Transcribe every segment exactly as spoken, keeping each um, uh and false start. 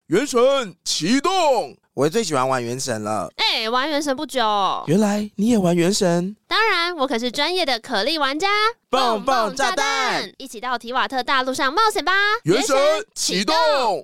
原神启动！ 我最喜欢玩原神了。 哎、欸，玩原神不久， 原来你也玩原神？ 当然，我可是专业的可莉玩家。 蹦蹦炸弹， 一起到提瓦特大陆上冒险吧！ 原神启动！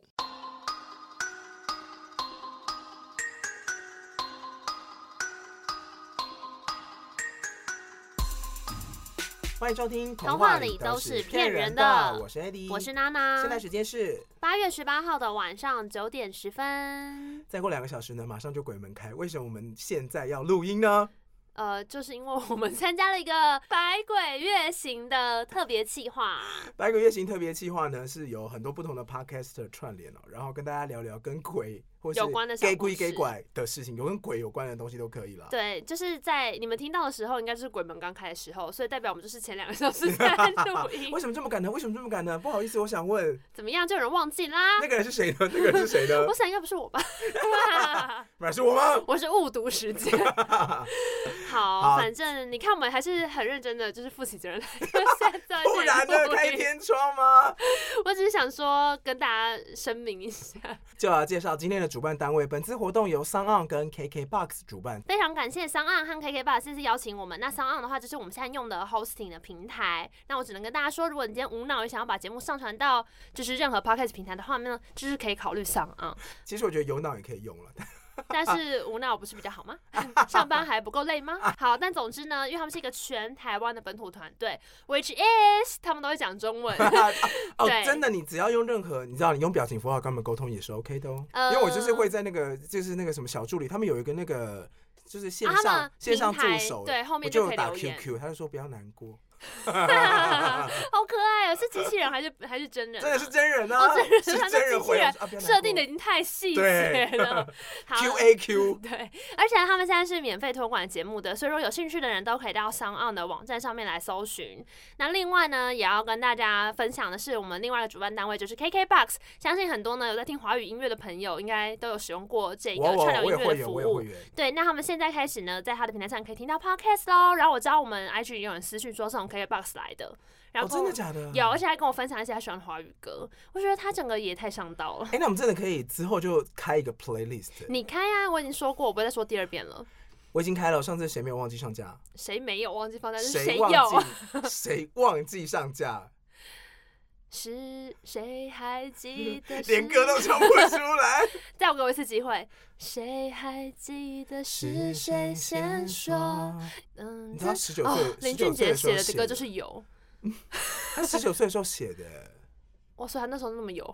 欢迎收听童话里都是骗人的， 我是 Eddie， 我是娜娜。 现在时间是八月十八号的晚上九点十分。 再过两个小时呢，马上就鬼门开。为什么我们现在要录音呢？ 呃，就是因为我们参加了一个百鬼月行的特别企划。 百鬼月行特别企划呢，是有很多不同的 podcaster 串联哦，然后跟大家聊聊跟鬼或是有关的小给鬼给拐的事情，有跟鬼有关的东西都可以啦。 对，就是在你们听到的时候，应该就是鬼门刚开的时候，所以代表我们就是前两个小时在录音。 为什么这么赶呢？为什么这么赶呢？不好意思，我想问， 怎么样？就有人忘记啦？ 那个人是谁呢？那个人是谁呢？ 我想应该不是我吧？ 不然是我吗？ 我是误读时间。好，好，反正你看我们还是很认真的，就是负起责任来。 不然呢？开天窗吗？ 我只是想说跟大家声明一下， 就要介绍今天的主办单位。本次活动由 SoundOn 跟 K K B O X 主办， 非常感谢 SoundOn 和 K K B O X 这次邀请我们。那 SoundOn 的话，就是我们现在用的 hosting 的平台。那我只能跟大家说，如果你今天无脑也想要把节目上传到就是任何 podcast 平台的话呢，就是可以考虑 SoundOn。其实我觉得有脑也可以用了。 但是无脑不是比较好吗？上班还不够累吗？好，但总之呢，因为他们是一个全台湾的本土团队 ，which is 他们都会讲中文。 哦，真的，你只要用任何，你知道，你用表情符号跟他们沟通也是 OK 的哦。呃、因为我就是会在那个，就是那个什么小助理，他们有一个那个就是线上、啊、线上助手， 对，后面就可以留言。我就打 Q Q， 他就说不要难过。 好可爱哦！是机器人还是还是真人、啊？ 真的是真人啊！ 哦、真人是真人回， 设定的已经太细节了。 Q A Q 对，而且他们现在是免费托管节目的，所以如果有兴趣的人都可以到 SoundOn 的网站上面来搜寻。那另外呢，也要跟大家分享的是，我们另外一个主办单位就是 K K B O X， 相信很多呢有在听华语音乐的朋友，应该都有使用过这个串流音乐的服务。对，那他们现在开始呢，在他的平台上可以听到 Podcast 咯。然后我知道我们 I G 有人私讯说是从 K K B O X 来的。然后、 哦、真的假的？ 有，而且还跟我分享一些他喜欢的华语歌，我觉得他整个也太上道了。 哎、欸，那我们真的可以之后就开一个 playlist。 你开啊，我已经说过，我不会再说第二遍了。 我已经开了，上次谁没有忘记上架？ 谁没有忘记放假？是谁有？ 谁忘记上架？ 是谁还记得？ 连歌都唱不出来。 再给我一次机会。谁还记得是谁先说？ 嗯，你知道十九岁林俊杰写的歌就是有。 他十九岁的时候写的。 哇，所以他那时候那么油。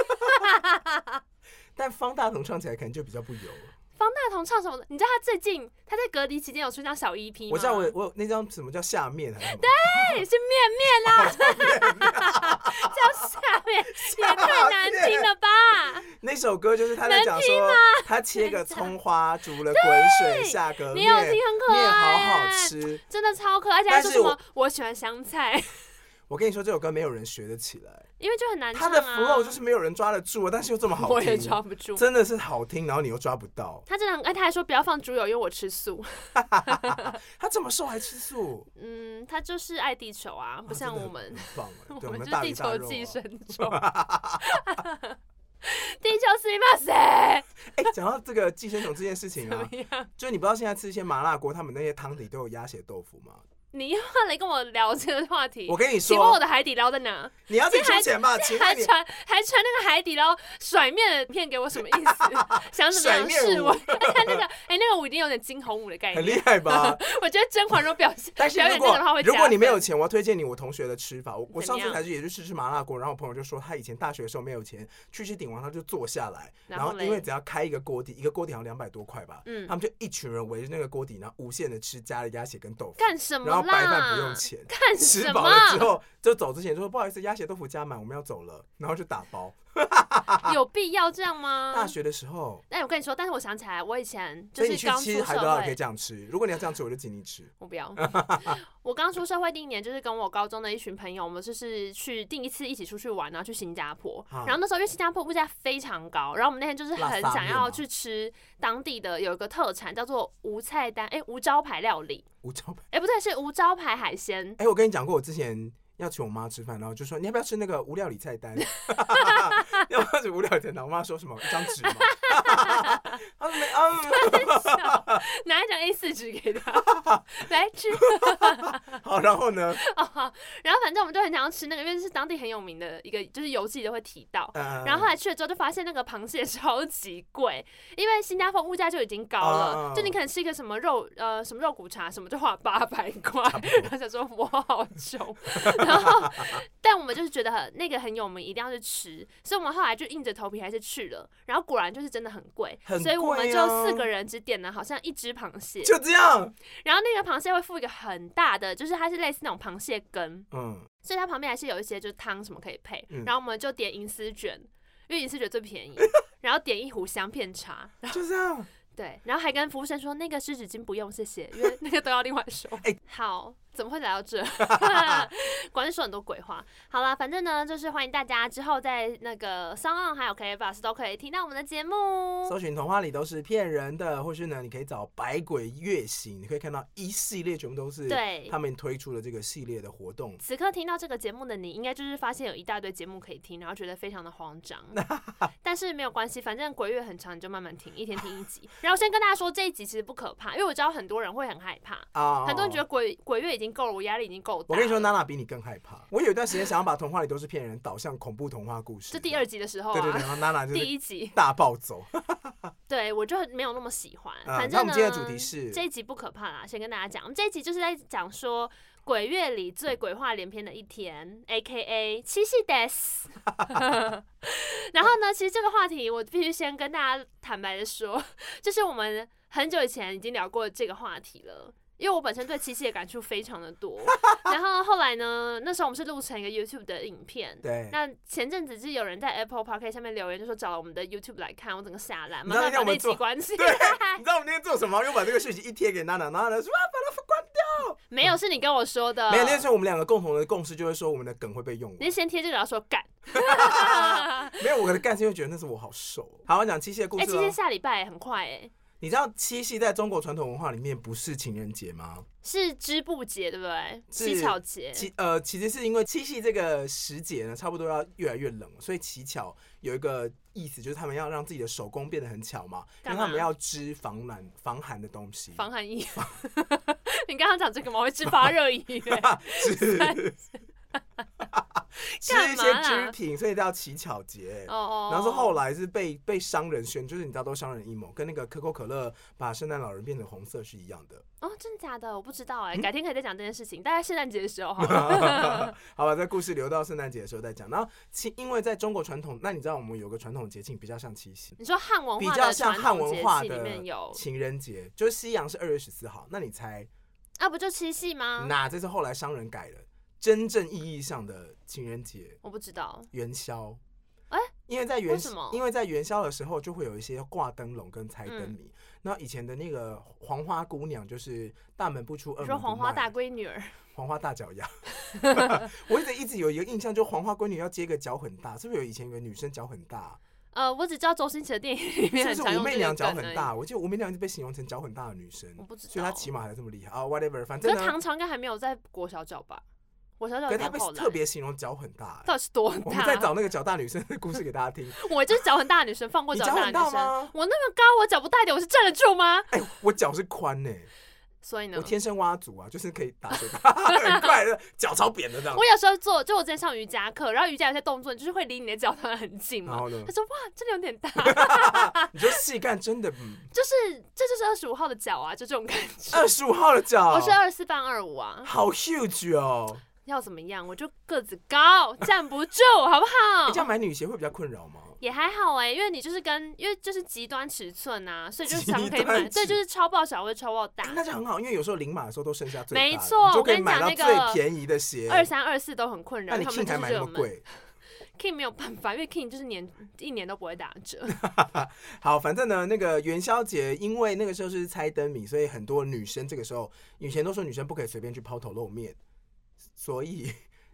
但方大同唱起来可能就比较不油。 方大同唱什么？你知道他最近他在隔离期间有出一张小 E P 吗？ 我知道，我我有那张什么叫下面还是什么？ 对，是面面啦，叫下面也太难听了吧？ 那首歌就是他在讲说，他切个葱花，煮了滚水，下个面， 你有听很可爱， 面好好吃， 真的超可爱。而且他说什么？我喜欢香菜。 我跟你说，这首歌没有人学得起来， 因为就很难唱、啊。 他的 flow 就是没有人抓得住，但是又这么好听， 我也抓不住， 真的是好听，然后你又抓不到。 他真的很，哎，他还说不要放猪油，因为我吃素。 他这么瘦还吃素？ 嗯，他就是爱地球啊，不像我们， 棒我们就是地球寄生虫。地球すみません。 哎，讲到这个寄生虫这件事情啊，就你不知道现在吃一些麻辣锅，他们那些汤底都有鸭血豆腐吗？ 你又来跟我聊这个话题， 我跟你说， 请问我的海底捞在哪？ 你要自己出钱吧？请问你还传还传那个海底捞甩面的片给我，什么意思？想怎么样试我？看那个，哎、欸，那个舞一定有点惊鸿舞的概念， 很厉害吧？ 我觉得甄嬛若表现， 但是表演这个的话会加分。 如果你没有钱，我要推荐你我同学的吃法。我我上次才去也去吃吃麻辣锅，然后我朋友就说他以前大学的时候没有钱，去吃鼎王他就坐下来，然后因为只要开一个锅底，一个锅底好像两百多块吧，嗯，他们就一群人围着那个锅底，然后无限的吃，加了鸭血跟豆腐， 干什么啦？ 然后白饭不用钱。 看吃饱了之后，就走之前就说不好意思，鸭血豆腐加满，我们要走了，然后就打包。 有必要这样吗？ 大学的时候， 哎，我跟你说，但是我想起来，我以前就是刚出社会，所以你去吃海底捞可以这样吃。如果你要这样吃，我就请你吃。 我不要。我刚出社会第一年，就是跟我高中的一群朋友，我们就是去第一次一起出去玩，然后去新加坡。然后那时候因为新加坡物价非常高，然后我们那天就是很想要去吃当地的有一个特产，叫做无菜单，哎，无招牌料理。 无招牌？ 哎，不对，是无招牌海鲜。 哎，我跟你讲过，我之前要请我妈吃饭，然后就说你要不要吃那个无料理菜单？要不要吃无料理菜单？我妈说什么？一张纸吗？她说没啊， 拿一张 A 四 纸给他来吃。 好，然后呢？ 哦，然后反正我们就很想要吃那个，因为是当地很有名的一个，就是游记都会提到。嗯、然后后来去了之后，就发现那个螃蟹超级贵，因为新加坡物价就已经高了，嗯、就你可能吃一个什么肉呃什么肉骨茶什么就花八百块，然后想说我好穷，然后但我们就是觉得很那个很有名，一定要去吃，所以我们后来就硬着头皮还是去了。然后果然就是真的很贵， 很贵啊、 所以我们就四个人只点了好像一只螃蟹， 就这样。 然后那个螃蟹会附一个很大的，就是它是类似那种螃蟹羹， 嗯， 所以它旁边还是有一些就是汤什么可以配。 嗯、 然后我们就点银丝卷，因为银丝卷最便宜，然后点一壶香片茶， 就这样。 对，然后还跟服务生说那个湿纸巾不用，谢谢，因为那个都要另外收。哎、欸，好。怎么会来到这？果然是说很多鬼话。好啦，反正呢，就是欢迎大家之后在那个 SoundOn 还有 K K B O X 都可以听到我们的节目。 搜寻童话里都是骗人的，或是呢，你可以找百鬼月行，你可以看到一系列全部都是他们推出的这个系列的活动。 此刻听到这个节目的你，应该就是发现有一大堆节目可以听，然后觉得非常的慌张。但是没有关系，反正鬼月很长，你就慢慢听，一天听一集。然后先跟大家说，这一集其实不可怕，因为我知道很多人会很害怕， oh. 很多人觉得鬼鬼月已经够了，我压力已经够大。 我跟你说，娜娜比你更害怕。我有一段时间想要把童话里都是骗人导向恐怖童话故事， 就第二集的时候、啊， 对对对，然后娜娜就是第一集大暴走。 对，我就没有那么喜欢。 嗯、 反正呢， 那我们今天的主题是这一集不可怕啦，先跟大家讲，我们这一集就是在讲说鬼月里最鬼话连篇的一天 ，A K A 七夕 des。然后呢，其实这个话题我必须先跟大家坦白的说，就是我们很久以前已经聊过这个话题了。因为我本身对七夕的感触非常的多，然后后来呢，那时候我们是录成一个 YouTube 的影片， 对。 那前阵子是有人在 Apple Podcast 下面留言，就说找了我们的 YouTube 来看，我整个吓烂，马上把那集关起。 对，你知道我们那天做什么？又把这个讯息一贴给娜娜，娜娜说啊，把它关掉。 没有，是你跟我说的。 没有，那时候我们两个共同的共识就是说，我们的梗会被用完。 你先贴这个，然后说干。 没有，我的干是因为觉得那是我好瘦。好，我讲七夕的故事。 哎、欸，七夕下礼拜很快哎、欸。 你知道七夕在中国传统文化里面不是情人节吗？ 是织布节，对不对？乞巧节。 其呃，其实是因为七夕这个时节呢，差不多要越来越冷，所以乞巧有一个意思，就是他们要让自己的手工变得很巧嘛，因为他们要织防暖、防寒的东西。 防寒衣。你刚刚讲这个吗？我会织发热衣。 是。吃一些织品，所以叫乞巧节。 哦， 然后是后来是被被商人宣，就是你知道都商人阴谋，跟那个可口可乐把圣诞老人变成红色是一样的。 哦，真的假的？我不知道哎、欸，改天可以再讲这件事情，大概圣诞节的时候好了。好吧，这故事留到圣诞节的时候再讲。然后七，因为在中国传统，那你知道我们有个传统节庆比较像七夕， 你说汉文化比较像汉文化里面有情人节，就是西洋是二月十四号，那你猜啊，不就七夕吗？ 那这是后来商人改了。真正意义上的情人节， 我不知道。 元宵， 哎、欸， 因为在元为什么？ 因为在元宵的时候就会有一些挂灯笼跟猜灯谜。然后以前的那个黄花姑娘就是大门不出二门不迈， 说黄花大闺女儿， 黄花大脚丫。我一直一直有一个印象，就黄花闺女要接个脚很大，是不是有以前有个女生脚很大？ 呃，我只知道周星驰的电影里面很常用这个梗而已。 是不是武媚娘脚很大？我记得武媚娘一直被形容成脚很大的女生， 我不知道， 所以她起码还这么厉害啊。Oh, whatever， 反正呢， 可是唐朝应该还没有在裹小脚吧？我小脚， 可是他被特别形容脚很大、欸， 到底是多大？ 我们在找那个脚大女生的故事给大家听。 我就是脚很大的女生，放过脚大的女生。 你脚很大吗？ 我那么高，我脚不大一点，我是站得住吗？ 哎、欸，我脚是宽呢、欸， 所以呢， 我天生蛙足啊，就是可以打水巴，很快的，脚超扁的这样。 我有时候做，就我之前上瑜伽课，然后瑜伽有些动作，就是会离你的脚突然很近嘛。 然后呢？ 他说哇，真的有点大。 你说细干真的，嗯， 就是这就是二十五号的脚啊，就这种感觉。 二十五号的脚， 我是二四半二五啊， 好 huge 哦。 要怎么样？我就个子高，站不住，好不好？ 你这样买女鞋会比较困扰吗？ 也还好哎、欸，因为你就是跟，因为就是极端尺寸啊，所以就常可以买。对，就是超爆小或超爆大、 欸。那就很好，因为有时候零码的时候都剩下最大的， 没错， 你就可以买到最便宜的鞋。 二三二四都很困扰， 那你 King 才买那么贵 ？King 没有办法，因为 King 就是年一年都不会打折。 好，反正呢，那个元宵节，因为那个时候是猜灯谜，所以很多女生这个时候，以前都说女生不可以随便去抛头露面。所以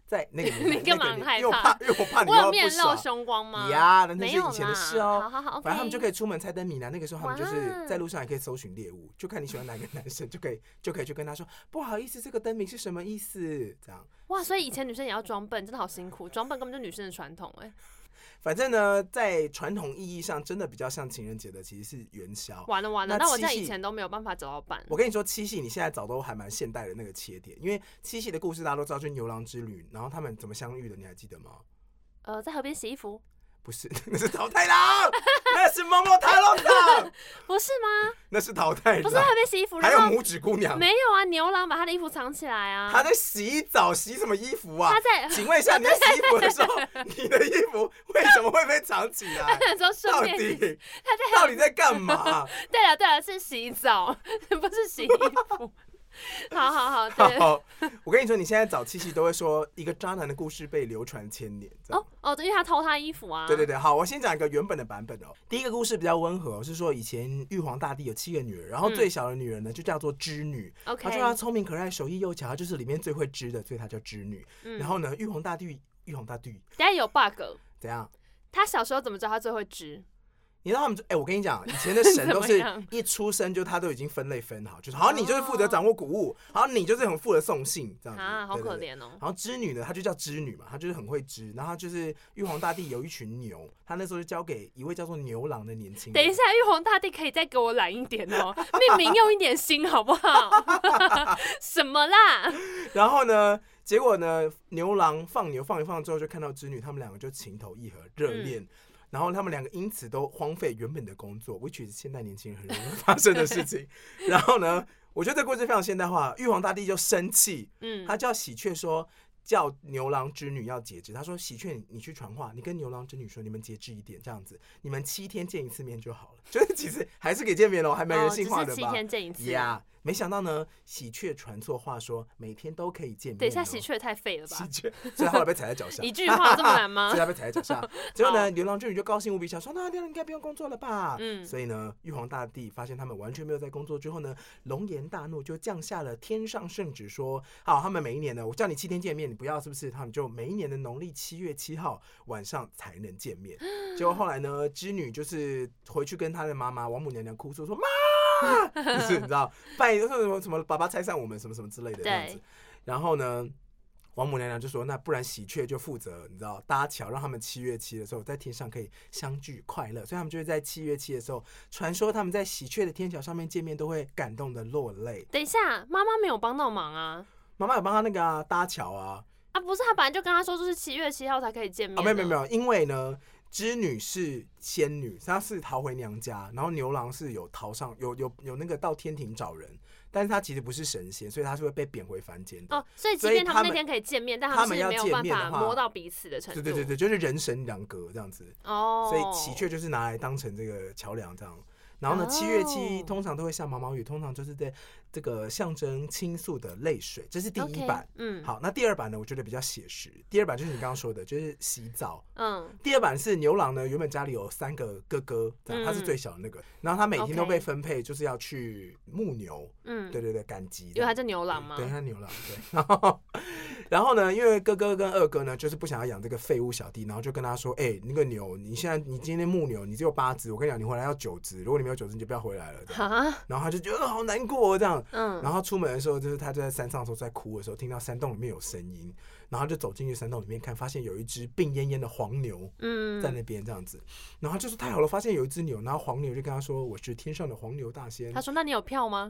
在那个你干嘛很害怕？ 因为我怕，因为我怕你我有又不爽。 面露凶光吗？ 呀，那是以前的事哦。 好好好， 反正他们就可以出门猜灯谜呢。那个时候他们就是在路上也可以搜寻猎物，就看你喜欢哪个男生，就可以就可以去跟他说，不好意思，这个灯谜是什么意思？这样。 哇，所以以前女生也要装笨，真的好辛苦，装笨根本就女生的传统哎。 反正呢，在传统意义上，真的比较像情人节的，其实是元宵。 完了完了，那我在以前都没有办法找到伴。 我跟你说，七夕你现在早都还蛮现代的那个切点，因为七夕的故事大家都知道，就是牛郎织女，然后他们怎么相遇的，你还记得吗？ 呃，在河边洗衣服。 不是，那是桃太郎，那是桃太郎， 不是吗？ 那是桃太郎， 不是在河边洗衣服， 还有拇指姑娘， 没有啊，牛郎把他的衣服藏起来啊， 他在洗澡，洗什么衣服啊？ 他在， 请问一下，你在洗衣服的时候，你的衣服为什么会被藏起来？到底他在到底在干嘛？ 对了对了，是洗澡，不是洗衣服。好好好，对。 好，我跟你说，你现在找七夕都会说一个渣男的故事被流传千年。 哦哦，因为他偷他衣服啊。 对对对，好，我先讲一个原本的版本哦。第一个故事比较温和，是说以前玉皇大帝有七个女儿，然后最小的女儿呢就叫做织女。 OK， 他说她聪明可爱，手艺又巧，她就是里面最会织的，所以她叫织女。嗯、然后呢，玉皇大帝，玉皇大帝， 等下有 bug。 怎样？ 他小时候怎么知道他最会织？ 你知道他们，哎、欸，我跟你讲，以前的神都是一出生就他都已经分类分好，就是好像你就是负责掌握谷物，好像你就是很负责送信这样子。 啊，好可怜哦。 然后织女呢，她就叫织女嘛，她就是很会织。然后就是玉皇大帝有一群牛，他那时候就交给一位叫做牛郎的年轻人。 等一下，玉皇大帝可以再给我懒一点哦，命名用一点心好不好？什么啦？ 然后呢？结果呢？牛郎放牛放一放之后，就看到织女，他们两个就情投意合，热恋。嗯，然后他们两个因此都荒废原本的工作 ，which is 现代年轻人很容易发生的事情。然后呢，我觉得这个故事非常现代化。玉皇大帝就生气，嗯，他叫喜鹊说，叫牛郎织女要节制。他说：“喜鹊，你去传话，你跟牛郎织女说，你们节制一点，这样子，你们七天见一次面就好了。”就是其实还是给见面喽，还蛮人性化的吧？ 哦，只是七天见一次。 呀。Yeah, 没想到呢，喜鹊传错话说每天都可以见面。 等一下，喜鹊太废了吧？ 喜鹊，所以后来被踩在脚下。 一句话这么难吗？ 所以他被踩在脚下。之后呢，牛郎织女就高兴无比，想说那牛郎应该不用工作了吧？嗯。所以呢，玉皇大帝发现他们完全没有在工作之后呢，龙颜大怒，就降下了天上圣旨说：好，他们每一年呢，我叫你七天见面，你不要是不是？他们就每一年的农历七月七号晚上才能见面。结果后来呢，织女就是回去跟她的妈妈王母娘娘哭诉说：妈。就是你知道，半夜说什么什么爸爸拆散我们什么什么之类的这样子，然后呢，王母娘娘就说：“那不然喜鹊就负责你知道搭桥，让他们七月七的时候在天上可以相聚快乐。”所以他们就会在七月七的时候，传说他们在喜鹊的天桥上面见面都会感动的落泪。 等一下，妈妈没有帮到忙啊？ 妈妈有帮他那个啊搭桥啊？ 啊，不是，他本来就跟他说就是七月七号才可以见面。 啊，没有没有没有，因为呢。织女是仙女，她是逃回娘家，然后牛郎是有逃上，有有有那个到天庭找人，但是他其实不是神仙，所以他是会被贬回凡间的。 哦，所以即便他们那天可以见面，但他们是没有办法摸到彼此的程度。 对对对对，就是人神两隔这样子。 哦， 所以喜鹊就是拿来当成这个桥梁这样。然后呢，七月七通常都会下毛毛雨，通常就是在这个象征倾诉的泪水，这是第一版。Okay, 嗯，好，那第二版呢，我觉得比较写实。第二版就是你刚刚说的，就是洗澡。嗯，第二版是牛郎呢，原本家里有三个哥哥，他是最小的那个，然后他每天都被分配就是要去牧牛。嗯，对对对，赶集。 因为他是牛郎嘛。 对，他牛郎。对，然后然后呢，因为哥哥跟二哥呢，就是不想要养这个废物小弟，然后就跟他说：“哎、欸，那个牛，你现在你今天牧牛，你只有八只，我跟你讲，你回来要九只，如果你没有九只，你就不要回来了。”然后他就觉得、呃、好难过这样。嗯。然后出门的时候，就是他就在山上的时候在哭的时候，听到山洞里面有声音，然后就走进去山洞里面看，发现有一只病恹恹的黄牛，嗯，在那边这样子。然后他就说太好了，发现有一只牛，然后黄牛就跟他说：“我是天上的黄牛大仙。” 他说：“那你有票吗？”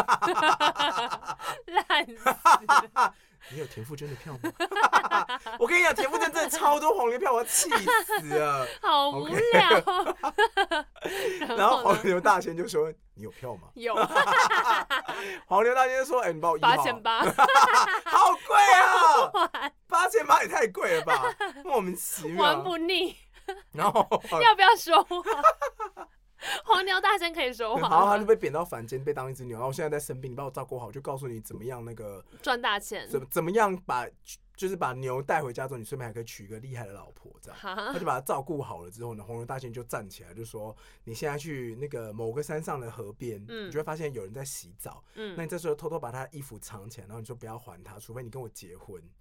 烂死。 你有田馥甄的票吗？我跟你讲，田馥甄真的超多黄牛票，我要气死了， 好无聊。 Okay. 然后黄牛大仙就说：“你有票吗？” 有。 黄牛大仙就说：“哎、欸，你帮我一号。” 八千八， 好贵啊！八千八也太贵了吧，莫名其妙。 玩不腻。 然后要不要说话？黄牛大仙可以说话， 然后他就被贬到凡间，被当一只牛。然后我现在在生病，你把我照顾好，就告诉你怎么样那个赚大钱， 怎么怎么样把就是把牛带回家之后，你顺便还可以娶一个厉害的老婆，这样他就把他照顾好了之后呢，黄牛大仙就站起来就说：“你现在去那个某个山上的河边，嗯、你就会发现有人在洗澡，嗯、那你这时候偷偷把他衣服藏起来，然后你说不要还他，除非你跟我结婚。”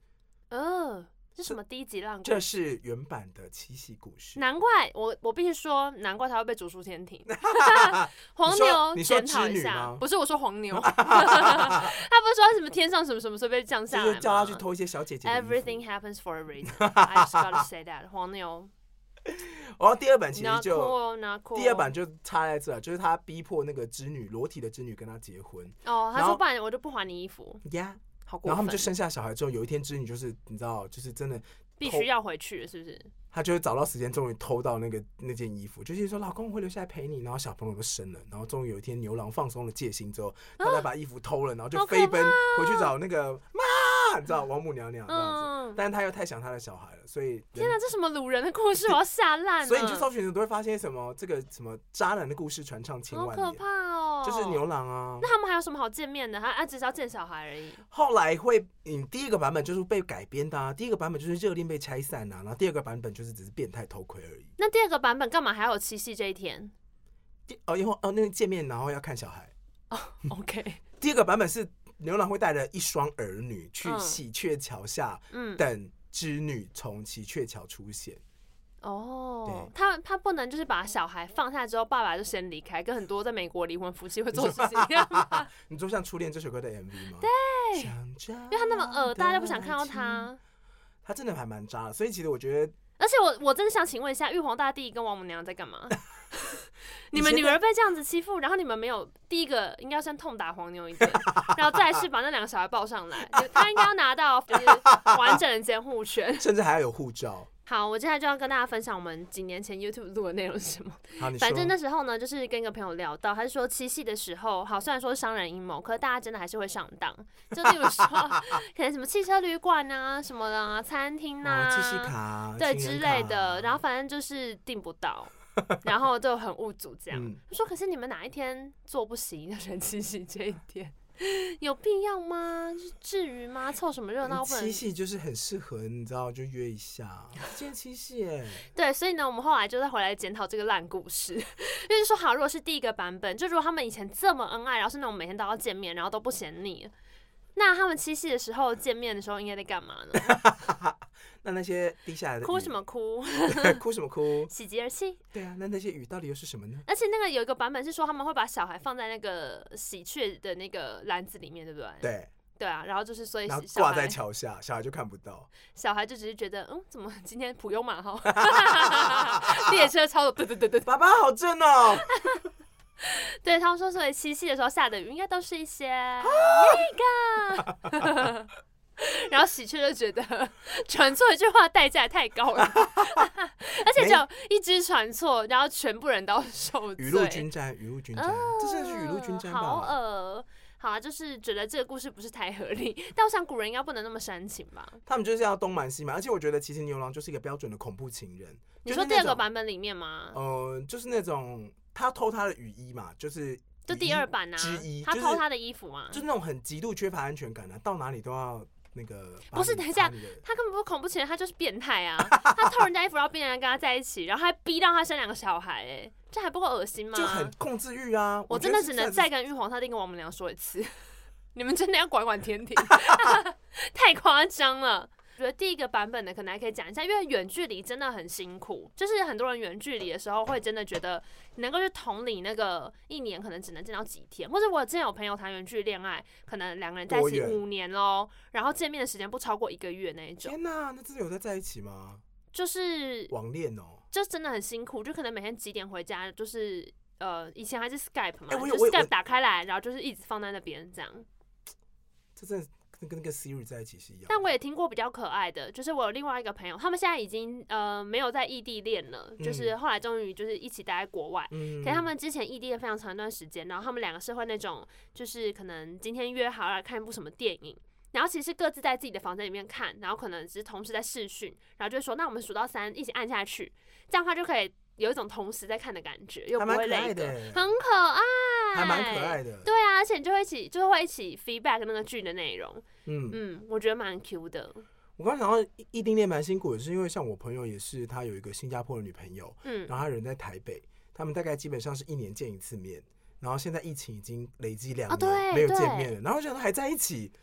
呃，这什么低级烂故事？ 这是原版的七夕故事。 难怪我我必须说，难怪他会被逐出天庭。黄牛检讨一下，不是我说黄牛，他不是说什么天上什么什么所以被降下来吗？ 就是叫他去偷一些小姐姐的衣服。 Everything happens for a reason. I just gotta say that. 黄牛。 然后第二版其实就 cool, cool. 第二版就差在这，就是他逼迫那个织女裸体的织女跟他结婚。 哦，他说不然我就不还你衣服。 呀、yeah, 好过分。 然后他们就生下小孩之后，有一天织女就是你知道，就是真的必须要回去，是不是？ 他就会找到时间，终于偷到那个那件衣服，就是说老公我会留下来陪你，然后小朋友都生了，然后终于有一天牛郎放松了戒心之后，他再把衣服偷了，然后就飞奔回去找那个妈，你知道王母娘娘这样子。嗯、但是他又太想他的小孩了，所以天哪，这什么鲁人的故事，我要吓烂了。 所以你去搜寻的都会发现什么这个什么渣男的故事传唱千万年， 好可怕哦！ 就是牛郎啊。 那他们还有什么好见面的？他啊只是要见小孩而已。 后来会，嗯，第一个版本就是被改编的啊，第一个版本就是热恋被拆散啊，然后第二个版本就是只是变态偷窥而已。 那第二个版本干嘛还有七夕这一天？ 哦，因为哦那个见面然后要看小孩。 哦 ，OK。 第二个版本是牛郎会带着一双儿女去喜鹊桥下，嗯，等织女从喜鹊桥出现。 哦，他他不能就是把小孩放下之后，爸爸就先离开，跟很多在美国离婚夫妻会做的事情一样吗？ 你说像《初恋》这首歌的 M V 吗？ 对，因为他那么恶，大家不想看到他。 他真的还蛮渣的，所以其实我觉得， 而且我我真的想请问一下，玉皇大帝跟王母娘娘在干嘛？你们女儿被这样子欺负，然后你们没有第一个应该先痛打黄牛一顿，然后再是把那两个小孩抱上来，他应该要拿到就是完整的监护权， 甚至还要有护照。 好，我接下来就要跟大家分享我们几年前 YouTube 录的内容是什么。 好，你说。 反正那时候呢，就是跟一个朋友聊到，他是说七夕的时候，好，虽然说是商人阴谋，可是大家真的还是会上当。就例如说，可能什么汽车旅馆啊、什么的、啊、餐厅啊、 哦、七夕卡、 对之类的，然后反正就是订不到。然后就很无助这样，嗯、就说可是你们哪一天做不行要选七夕这一天，有必要吗？至于吗？凑什么热闹？ 七夕就是很适合，你知道，就约一下。今天七夕哎。 对，所以呢，我们后来就再回来检讨这个烂故事，就是说，好，如果是第一个版本，就如果他们以前这么恩爱，然后是那种每天都要见面，然后都不嫌腻，那他们七夕的时候见面的时候应该在干嘛呢？ 那那些滴下来的雨哭什么哭？ 哭什么哭？ 喜极而泣。 对啊，那那些雨到底又是什么呢？ 而且那个有一个版本是说他们会把小孩放在那个喜鹊的那个篮子里面，对不对？ 对。 对啊，然后就是所以然后挂在桥下，小孩就看不到。 小孩就只是觉得，嗯，怎么今天普悠玛号列车超的，对对对对， 爸爸好正哦。 对，他们说，所以七夕的时候下的雨应该都是一些那个。然后喜鹊就觉得传错一句话代价太高了，而且只有一只传错，然后全部人都受罪。 雨露均沾，雨露均沾，哦、这真的是雨露均沾吧？ 好恶，好啊，就是觉得这个故事不是太合理，但我想古人应该不能那么煽情吧？ 他们就是要东瞒西瞒，而且我觉得其实牛郎就是一个标准的恐怖情人。 你说第二个版本里面吗？ 呃，就是那种他偷他的雨衣嘛，就是就第二版啊， 之一， 他偷他的衣服嘛， 就是那种很极度缺乏安全感的、啊，到哪里都要。那个不是，等一下，他根本不是恐怖情人，他就是变态啊！他偷人家衣服，然后逼人跟他在一起，然后还逼到他生两个小孩、欸，哎，这还不够恶心吗？ 就很控制欲啊！ 我真的只能再跟玉皇大帝跟王母娘说一次，你们真的要管管天庭，太夸张了。我觉得第一个版本的可能还可以讲一下，因为远距离真的很辛苦，就是很多人远距离的时候会真的觉得能够去同理那个一年可能只能见到几天，或者我之前有朋友谈远距离恋爱，可能两个人在一起五年咯，然后见面的时间不超过一个月那一种。 天哪，那真的有在在一起吗？ 就是网恋哦， 就真的很辛苦，就可能每天几点回家，就是呃以前还是 Skype 嘛， 欸、 就 Skype 打开来，然后就是一直放在那边这样。 这真的跟跟那个 Siri 在一起是一样的。 但我也听过比较可爱的，就是我有另外一个朋友，他们现在已经呃没有在异地恋了，嗯、就是后来终于就是一起待在国外。嗯，可是他们之前异地恋非常长一段时间，然后他们两个是会那种，就是可能今天约好要看一部什么电影，然后其实各自在自己的房间里面看，然后可能只是同时在视讯，然后就说那我们数到三一起按下去，这样的话就可以有一种同时在看的感觉，又不会累的，很可爱。 还蛮可爱的， 对啊，而且你就会一起，就会一起 feedback 那个剧的内容，嗯嗯，我觉得蛮 Q 的。 我刚想到异地恋蛮辛苦的，是因为像我朋友也是，他有一个新加坡的女朋友，嗯，然后他人在台北，他们大概基本上是一年见一次面，然后现在疫情已经累积两年、啊、没有见面了，然后想还在一起，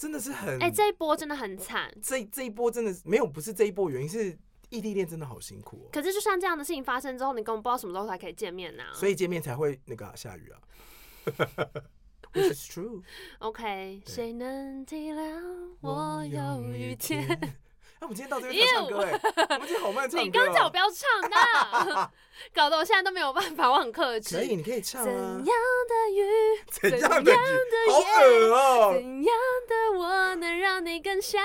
真的是很哎、欸，这一波真的很惨。 这这一波真的没有，不是这一波原因是异地恋真的好辛苦哦。 可是就像这样的事情发生之后，你根本不知道什么时候才可以见面呐、啊。 所以见面才会那个、啊、下雨啊。Which is true. OK， 谁能体谅我有雨天？ 那、啊、我们今天到这边才唱歌哎、欸，我们今天好慢唱歌、喔。 你刚刚叫我不要唱的，搞得我现在都没有办法，我很克制。 可以，你可以唱啊。 怎样的雨？ 怎样的雨？好恶哦、喔！ 怎样的我能让你更想？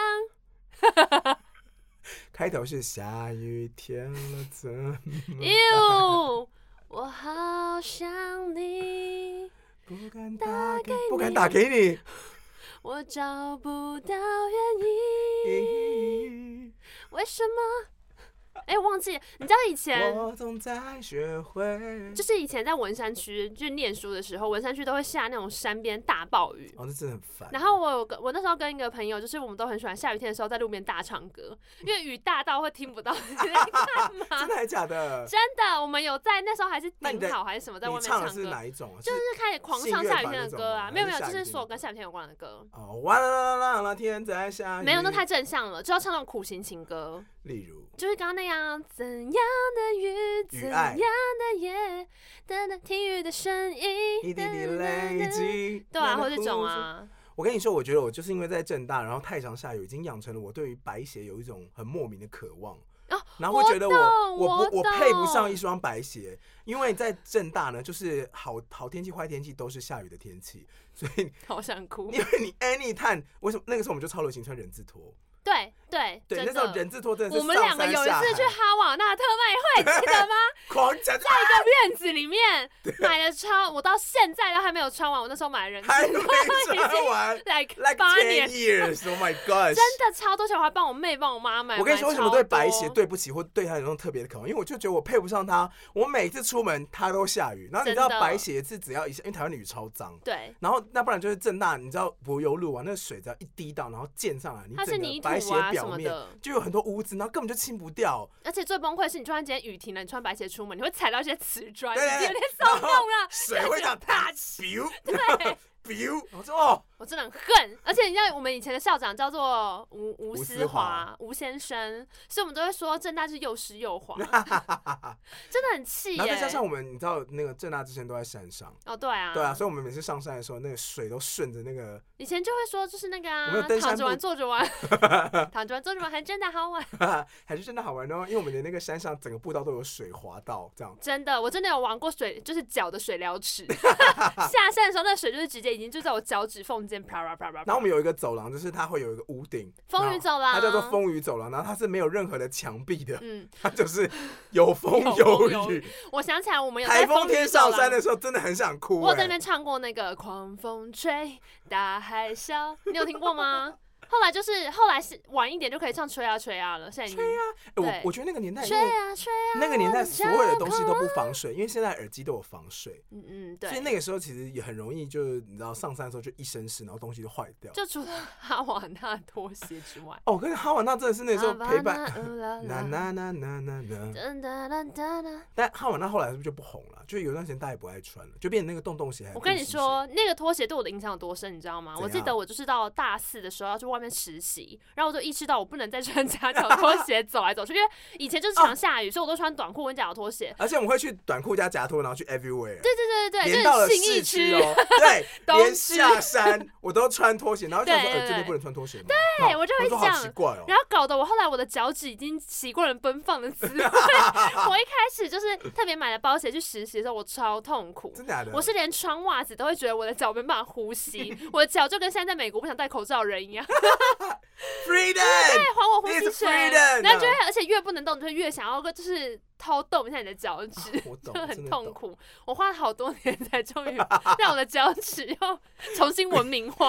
开头是下雨天了怎么办？ 哟，我好想你， 不敢打给你，不敢打给你。 我找不到原因，为什么？哎、欸，我忘记，你知道以前我总在学会， 就是以前在文山区就念书的时候，文山区都会下那种山边大暴雨， 哦，那真的很烦。 然后我有个我那时候跟一个朋友，就是我们都很喜欢下雨天的时候在路边大唱歌，因为雨大到会听不到你在干嘛。 真的还假的？ 真的，我们有在那时候还是顶好还是什么，在外面唱歌。 你唱的是哪一种啊？ 就是开始狂唱下雨天的歌啊，没有没有，就是所有跟下雨天有关的歌。 哦，哇啦啦啦啦，天在下雨。 没有，那太正向了，就要唱那种苦情情歌。 例如， 就是刚刚那样，怎样的雨，怎样的夜，等等听雨的声音， 一滴滴累积， 对啊，或这种啊。 我跟你说，我觉得我就是因为在政大，然后太常下雨，已经养成了我对于白鞋有一种很莫名的渴望。 哦， 然后会觉得我我我我配不上一双白鞋，因为在政大呢，就是好好天气坏天气都是下雨的天气，所以好想哭。 因为你 anytime 为什么那个时候我们就超流行穿人字拖。 对对对，那时候人字拖真的是我们两个有一次去哈瓦那特卖会，记得吗？ 狂讲， 在一个院子里面买了超，我到现在都还没有穿完。我那时候买的人字拖还没穿完 ，like like 八年 years，Oh my god！ 真的超多钱，我还帮我妹帮我妈买。 我跟你说，为什么对白鞋对不起，或对他有那种特别的渴望？因为我就觉得我配不上他，我每次出门他都下雨，然后你知道白鞋是只要一下，因为台湾的雨超脏， 对， 然后那不然就是政大，你知道柏油路啊，那个水只要一滴到，然后溅上来，你整个白鞋表面就有很多污渍，然后根本就清不掉。 而且最崩溃的是，你突然间雨停了，你穿白鞋出门，你会踩到一些瓷砖， 对对对， 有点松动了， 水会这样啪，biu， 对。 我说哦， 我真的很恨，而且你知道我们以前的校长叫做吴吴思华吴先生，所以我们都会说政大是又湿又滑，真的很气耶。 然后再加上我们，你知道那个政大之前都在山上， 哦对啊， 对啊，所以我们每次上山的时候，那个水都顺着那个。 以前就会说就是那个啊， 我们躺着玩坐着玩，躺着玩坐着玩还真的好玩， 还是真的好玩哦，因为我们的那个山上整个步道都有水滑道，这样。 真的，我真的有玩过水，就是脚的水疗池，下山的时候那水就是直接已经就在我脚趾缝间啪啪啪啪。 然后我们有一个走廊，就是它会有一个屋顶， 风雨走廊， 它叫做风雨走廊，然后它是没有任何的墙壁的，嗯，它就是有风有雨。 我想起来，我们有台风天上山的时候，真的很想哭、欸。 我在那边唱过那个狂风吹，大海啸，你有听过吗？后来就是后来是晚一点就可以唱吹啊吹啊了，现在已经吹啊，欸、我我觉得那个年代吹啊吹啊， 那个年代所有的东西都不防水，因为现在耳机都有防水， 嗯嗯对， 所以那个时候其实也很容易，就是你知道上山的时候就一身湿，然后东西就坏掉。 就除了哈瓦那拖鞋之外， 哦，跟哈瓦那真的是那时候陪伴，那那那那那那，但哈瓦那后来是不是就不红了？就有段时间大家也不爱穿了，就变成那个洞洞鞋。 我跟你说，那个拖鞋对我的影响有多深，你知道吗？我记得我就是到大四的时候要去外面实习，然后我就意识到我不能再穿夹脚拖鞋走来走去，因为以前就是常下雨，哦、所以我都穿短裤跟夹脚拖鞋。 而且我们会去短裤加夹拖，然后去 everywhere。 对对对对， 连到了市区哦，对，连下山我都穿拖鞋，然后就说呃这边不能穿拖鞋吗？ 对，我就会这样， 奇怪哦。 然后搞得我后来我的脚趾已经习惯了奔放的姿势。我一开始就是特别买了包鞋去实习的时候，我超痛苦， 真的假的？ 我是连穿袜子都会觉得我的脚没办法呼吸，我的脚就跟现在在美国不想戴口罩的人一样。 Freedom， 对，还我呼吸权。然后就会，而且越不能动，就会越想要就是。偷动一下你的脚趾， 哦、 就很痛苦。我花了好多年才终于让我的脚趾又重新文明化。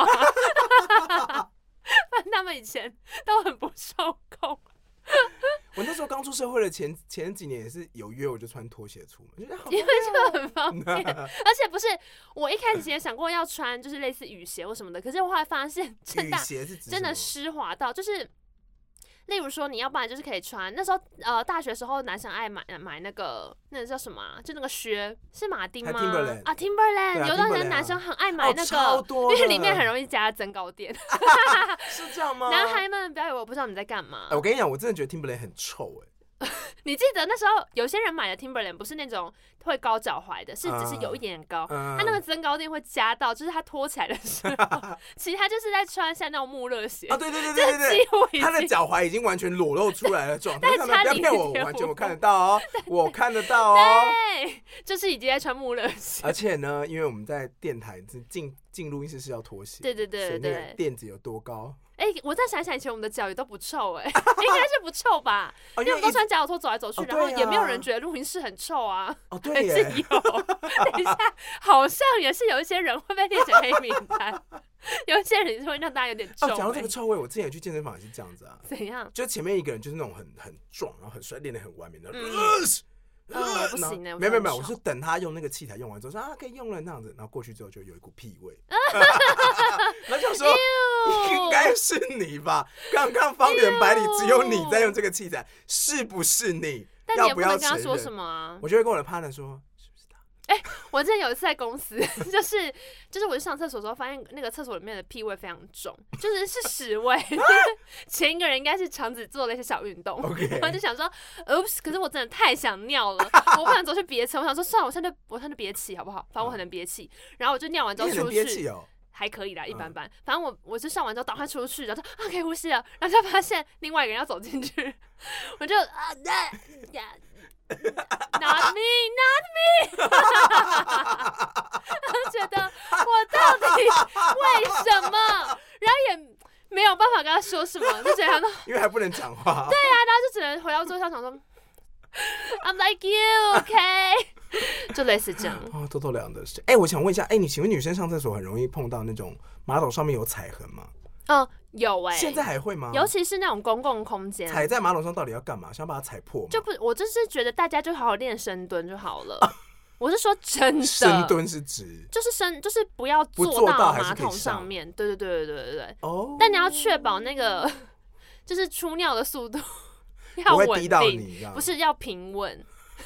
他们以前都很不受控。 我那时候刚出社会的前前几年也是有约我就穿拖鞋出门， 因为就很方便。而且不是我一开始也想过要穿就是类似雨鞋或什么的，可是我后来发现真的真的湿滑到就是。 例如说，你要不然就是可以穿那时候呃大学时候男生爱买买那个那个叫什么、啊，就那个靴是马丁吗？ Timberland 啊 Timberland，、啊、有段时间男生很爱买那个，哦、因为里面很容易加增高垫。 是这样吗？ 男孩们不要以为我不知道你们在干嘛、 欸。我跟你讲，我真的觉得 Timberland 很臭哎、欸。 你记得那时候有些人买的 Timberland 不是那种会高脚踝的，是只是有一点点高，它、嗯、那个增高垫会加到，就是它拖起来的时候，其实他就是在穿像那种穆勒鞋啊，对对对对对对，他的脚踝已经完全裸露出来的状态，不要骗我，完全我看得到哦，我看得到哦， 对，就是已经在穿穆勒鞋， 而且呢，因为我们在电台进进录音室是要脱鞋， 对对对对对， 垫子有多高？ 哎、欸，我再想想，以前我们的脚也都不臭哎、欸，应该是不臭吧？哦、因为我们都穿脚趾拖走来走去、哦啊，然后也没有人觉得录音室很臭啊。 哦，对耶， 还是有。等一下，好像也是有一些人会被列成黑名单，有一些人是会让大家有点臭、欸。 哦，讲到这个臭味，我之前也去健身房也是这样子啊。 怎样？ 就前面一个人就是那种很很壮，然后很帅，练得很完美的。嗯嗯，我不行呢、欸， 没有没有没有，我是等他用那个器材用完之后说啊可以用了那样子，然后过去之后就有一股屁味，然后就说应该是你吧，刚刚方圆百里只有你在用这个器材，是不是你？ 但你也不能跟他说什么啊， 我就会跟我的 partner 说。 哎、欸，我之前有一次在公司，就是就是我去上厕所的时候，发现那个厕所里面的屁味非常重，就是是屎味。前一个人应该是肠子做了一些小运动， okay. 然后就想说 ，oops， 可是我真的太想尿了，我不想走去憋气，我想说算了，我现在就我现在就憋气好不好？反正我很能憋气，然后我就尿完之后出去。还可以啦，一般般。嗯、反正我我是上完之后赶快出去，然后说啊可以呼吸了，然后就发现另外一个人要走进去，我就啊呀。Not me, not me 觉得我到底为什么？然后也没有办法跟他说什么，就觉得他因为还不能讲话。 对啊，然后就只能回到桌上想说 I'm like you, OK 就类似这样。 哦，偷偷聊的是，哎、欸，我想问一下，哎、欸，你请问女生上厕所很容易碰到那种马桶上面有踩痕吗？ 嗯，有哎、欸， 现在还会吗？ 尤其是那种公共空间， 踩在马桶上到底要干嘛？想把它踩破吗？ 就不，我就是觉得大家就好好练深蹲就好了。我是说真的， 深蹲是指就是深，就是不要坐到马桶上面。对对对对对对对。哦。但你要确保那个就是出尿的速度要稳定，不是要平稳。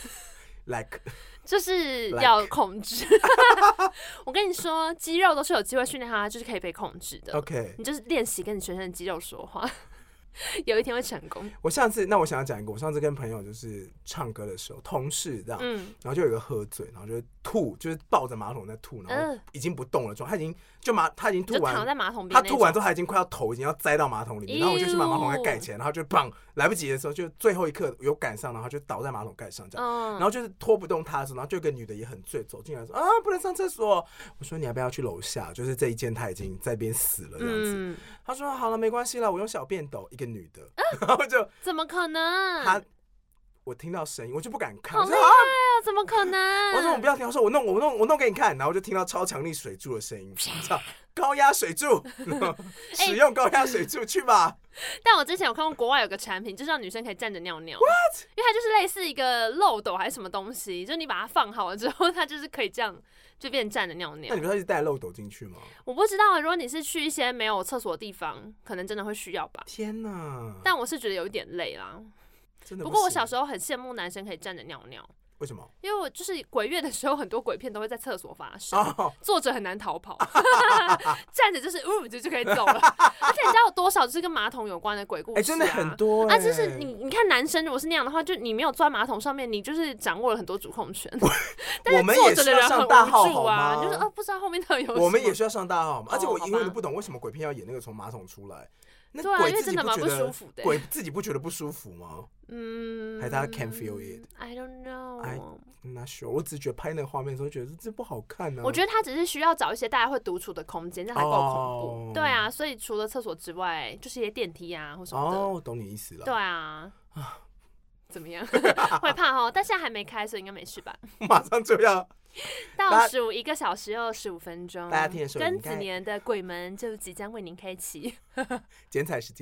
like。 就是要控制。我跟你说，肌肉都是有机会训练它，就是可以被控制的。 OK， 你就是练习跟你全身的肌肉说话，有一天会成功。 我上次，那我想要讲一个，我上次跟朋友就是唱歌的时候，同事这样，嗯、然后就有一个喝醉，然后就吐，就是抱着马桶在吐，然后已经不动了，状态，他已经就马，他已经吐完， 就躺在马桶边， 他吐完之后，他已经快要头已经要栽到马桶里面，然后我就去把马桶盖盖起来，然后就砰，来不及的时候，就最后一刻有赶上，然后就倒在马桶盖上这样，嗯、然后就是拖不动他的时候，然后就有个女的也很醉走进来说啊，不能上厕所，我说你要不要去楼下？就是这一间他已经在边死了这样子，嗯、他说好了没关系了，我用小便斗，一个女的，啊、然后就怎么可能？ 他。我听到声音，我就不敢看。 好厉害啊！怎么可能？ 我说我不要听，我说我弄我弄我弄给你看，然后我就听到超强力水柱的声音，高压水柱，使用高压水柱去吧。 但我之前有看过国外有个产品，就是让女生可以站着尿尿。What？ 因为它就是类似一个漏斗还是什么东西，就是你把它放好了之后，它就是可以这样就变成站着尿尿。 那你不是一直带漏斗进去吗？ 我不知道，如果你是去一些没有厕所的地方，可能真的会需要吧。 天哪！但我是觉得有一点累啦。 真的不， 不过我小时候很羡慕男生可以站着尿尿。 为什么？ 因为我就是鬼月的时候，很多鬼片都会在厕所发生，哦、坐着很难逃跑，站着就是呜就就可以走了。而且你知道有多少就是跟马桶有关的鬼故事、啊？哎、 欸，真的很多、欸。 啊，就是你你看男生如果是那样的话，就你没有坐在马桶上面，你就是掌握了很多主控权。但是坐着的人很无助啊，你就是啊不知道后面到底有什么。 我们也需要上大号嘛，而且我永远都不懂为什么鬼片要演那个从马桶出来。那对啊，因为真的蛮不舒服的。 鬼自己不觉得不舒服吗？嗯，还是他 can't feel it？ I don't know. I'm not sure. 我只是觉得拍那个画面的时候，觉得这不好看啊。 我觉得他只是需要找一些大家会独处的空间，这样才够恐怖。Oh. 对啊，所以除了厕所之外，就是一些电梯啊或什么的。 哦，懂你意思了。 对啊。怎么样？会怕哦，但现在还没开，所以应该没事吧？ 马上就要。 倒数一个小时又十五分钟， 大家听的时候， 庚子年的鬼门就即将为您开启。 剪彩时间，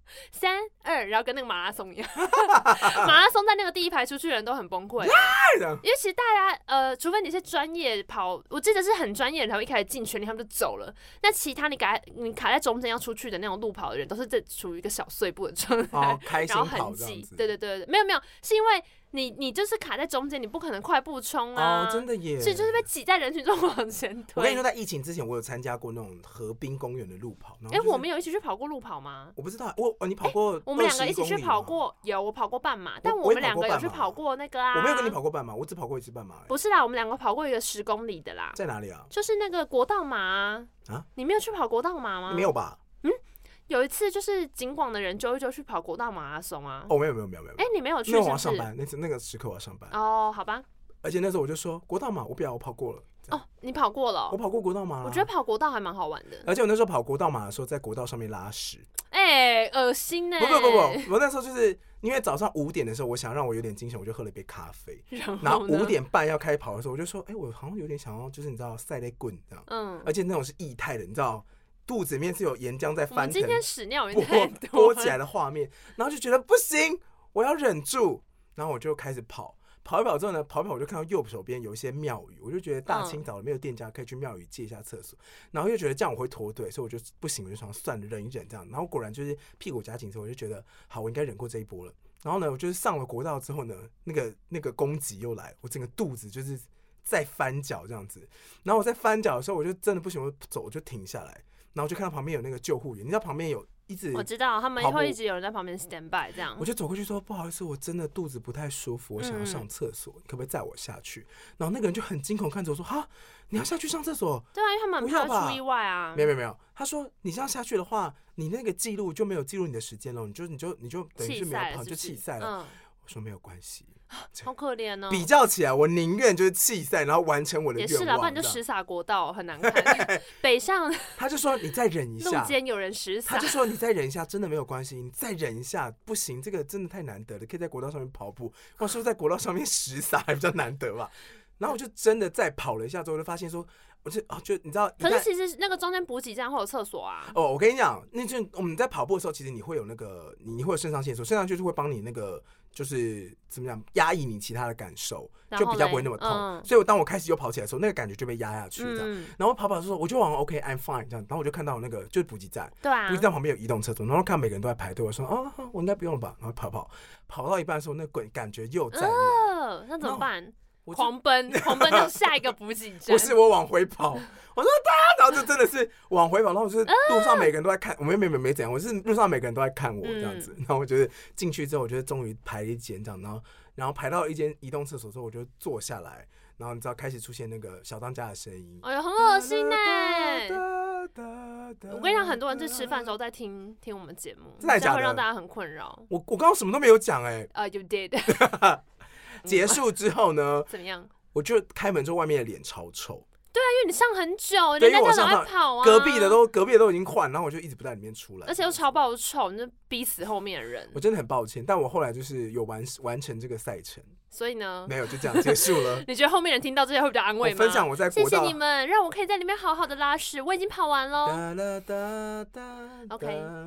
三二，然后跟那个马拉松一样，马拉松在那个第一排出去的人都很崩溃，因为其实大家呃，除非你是专业跑，我记得是很专业的，才会一开始尽全力，他们就走了。那其他你卡你卡在中间要出去的那种路跑的人，都是在处于一个小碎步的状态， 哦，开心然后很挤。对对对对，没有没有，是因为。你你就是卡在中间，你不可能快步冲啊！ 哦，真的耶！ 所以就是被挤在人群中往前推。 我跟你说，在疫情之前，我有参加过那种河滨公园的路跑。哎、 就是欸，我们有一起去跑过路跑吗？ 我不知道，我哦，你跑过、欸？ 我们两个一起去跑过，有我跑过半马，但我们两个有去跑过那个啊。 我没有跟你跑过半马，我只跑过一次半马、欸。 不是啦，我们两个跑过一个十公里的啦。 在哪里啊？ 就是那个国道马啊。啊你没有去跑国道马吗？ 没有吧？ 嗯。有一次就是景广的人揪一揪去跑国道马拉松啊！ 哦，没有没有没有没有， 哎、欸，你没有去是不是？ 因为我要上班，那那个时刻我要上班。 哦，好吧。 而且那时候我就说国道马，我不要，我跑过了。 哦，你跑过了、哦？ 我跑过国道马、啊。 我觉得跑国道还蛮好玩的。 而且我那时候跑国道马的时候，在国道上面拉屎。 哎、欸，恶心呢、欸！ 不不不不，我那时候就是因为早上五点的时候，我想让我有点精神，我就喝了一杯咖啡。然后五点半要开跑的时候，我就说，哎、欸，我好像有点想要，就是你知道赛雷棍这样。嗯。而且那种是液态的，你知道。肚子里面是有岩浆在翻腾， 今天屎尿有点太多多起来的画面，然后就觉得不行，我要忍住，然后我就开始跑，跑一跑之后呢，跑一跑我就看到右手边有一些庙宇，我就觉得大清早没有店家可以去庙宇借一下厕所，然后又觉得这样我会脱队，所以我就不行，我就想算了忍一忍这样，然后果然就是屁股夹紧之后，我就觉得好，我应该忍过这一波了。然后呢，我就是上了国道之后呢，那个那个攻击又来，我整个肚子就是在翻脚这样子，然后我在翻脚的时候，我就真的不行，我走我就停下来。然后就看到旁边有那个救护员，你知道旁边有一直我知道他们会一直有人在旁边 stand by 这样， 我就走过去说不好意思，我真的肚子不太舒服，我想要上厕所，嗯、你可不可以载我下去？然后那个人就很惊恐看着我说哈，你要下去上厕所？ 对啊，因为他们很怕出意外啊。 没有没有没有，他说你这样下去的话，你那个记录就没有记录你的时间了，你就你就你就等于是没有跑就弃赛了。嗯、我说没有关系。 好可怜哦！ 比较起来，我宁愿就是弃赛，然后完成我的愿望。 也是啦，不然就实洒国道很难看。北上， 他就说你再忍一下， 路肩有人实洒。 他就说你再忍一下，真的没有关系，你再忍一下，不行，这个真的太难得了，可以在国道上面跑步。我说在国道上面实洒还比较难得吧。然后我就真的再跑了一下之后，就发现说，我就哦，就你知道， 可是其实那个中间补给站会有厕所啊。 哦，我跟你讲，那就我们在跑步的时候，其实你会有那个，你会有肾上腺素，肾上腺素会帮你那个。就是怎么讲，压抑你其他的感受，就比较不会那么痛。嗯、所以，我当我开始又跑起来的时候，那个感觉就被压下去，这样。嗯、然后跑跑的时候，我就往 OK，I'm fine 这样。然后我就看到那个就是补给站， 对啊， 补给站旁边有移动厕所，然后看每个人都在排队，我说哦，我应该不用了吧。然后跑跑跑到一半的时候，那个感觉又在来， 呃，那怎么办？狂奔，狂奔到下一个补给站。 不是我往回跑，我说哒，然后就真的是往回跑，然后就是路上每个人都在看，我没没没没怎样，我是路上每个人都在看我这样子。嗯、然后我就是进去之后，我就终于排了一间这样，然后然后排到一间移动厕所之后，我就坐下来，然后你知道开始出现那个小当家的声音， 哎呦，很恶心哎！我跟你讲，很多人在吃饭的时候在听听我们节目， 真的假的？ 会让大家很困扰。 我我刚刚什么都没有讲哎、欸。 呃、uh, ，You did 。 结束之后呢？ 怎么样？ 我就开门之后，外面的脸超臭。 对啊，因为你上很久，人家在哪里跑啊？ 隔壁的都隔壁的都已经换，然后我就一直不在里面出来， 而且又超爆臭，你就逼死后面的人。 我真的很抱歉，但我后来就是有完完成这个赛程。 所以呢？ 没有，就这样结束了。 你觉得后面人听到这些会比较安慰吗？ 我分享我在国道， 谢谢你们，让我可以在里面好好的拉屎。我已经跑完喽。OK。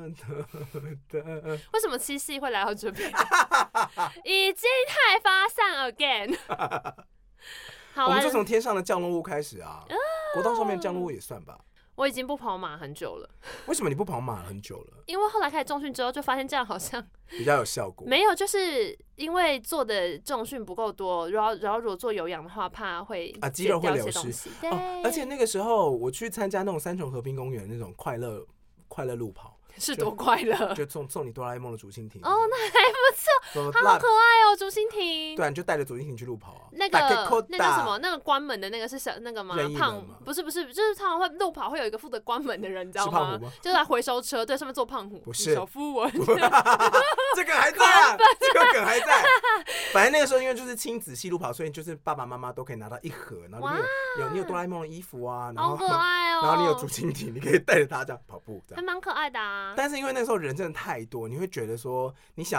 为什么七夕会来到这边？已经太发散 again。 好，我们就从天上的降落物开始啊，哦、国道上面降落物也算吧。 我已经不跑马很久了。 为什么你不跑马很久了？ 因为后来开始重训之后，就发现这样好像比较有效果。 没有，就是因为做的重训不够多，然后然后如果做有氧的话，怕会啊肌肉会流失。 对、 哦，而且那个时候我去参加那种三重河滨公园那种快乐快乐路跑。 是多快乐！ 就送送你哆啦 A 梦的竹蜻蜓哦，那还不错，它好可爱哦，竹蜻蜓。 对啊，你就带着竹蜻蜓去路跑啊。 那个那叫什么？那个关门的那个是小那个吗？胖不是不是，就是常常会路跑会有一个负责关门的人，你知道吗？ 是胖虎吗？ 就是来回收车，对，上面坐胖虎， 不是小夫文。 这个还在啊，这个梗还在。反正那个时候因为就是亲子系路跑，所以就是爸爸妈妈都可以拿到一盒，然后里面有有你有哆啦 A 梦的衣服啊，然后好可爱哦， 然后你有竹蜻蜓，你可以带着它这样跑步，这样还蛮可爱的啊。 但是因为那时候人真的太多，你会觉得说你想要超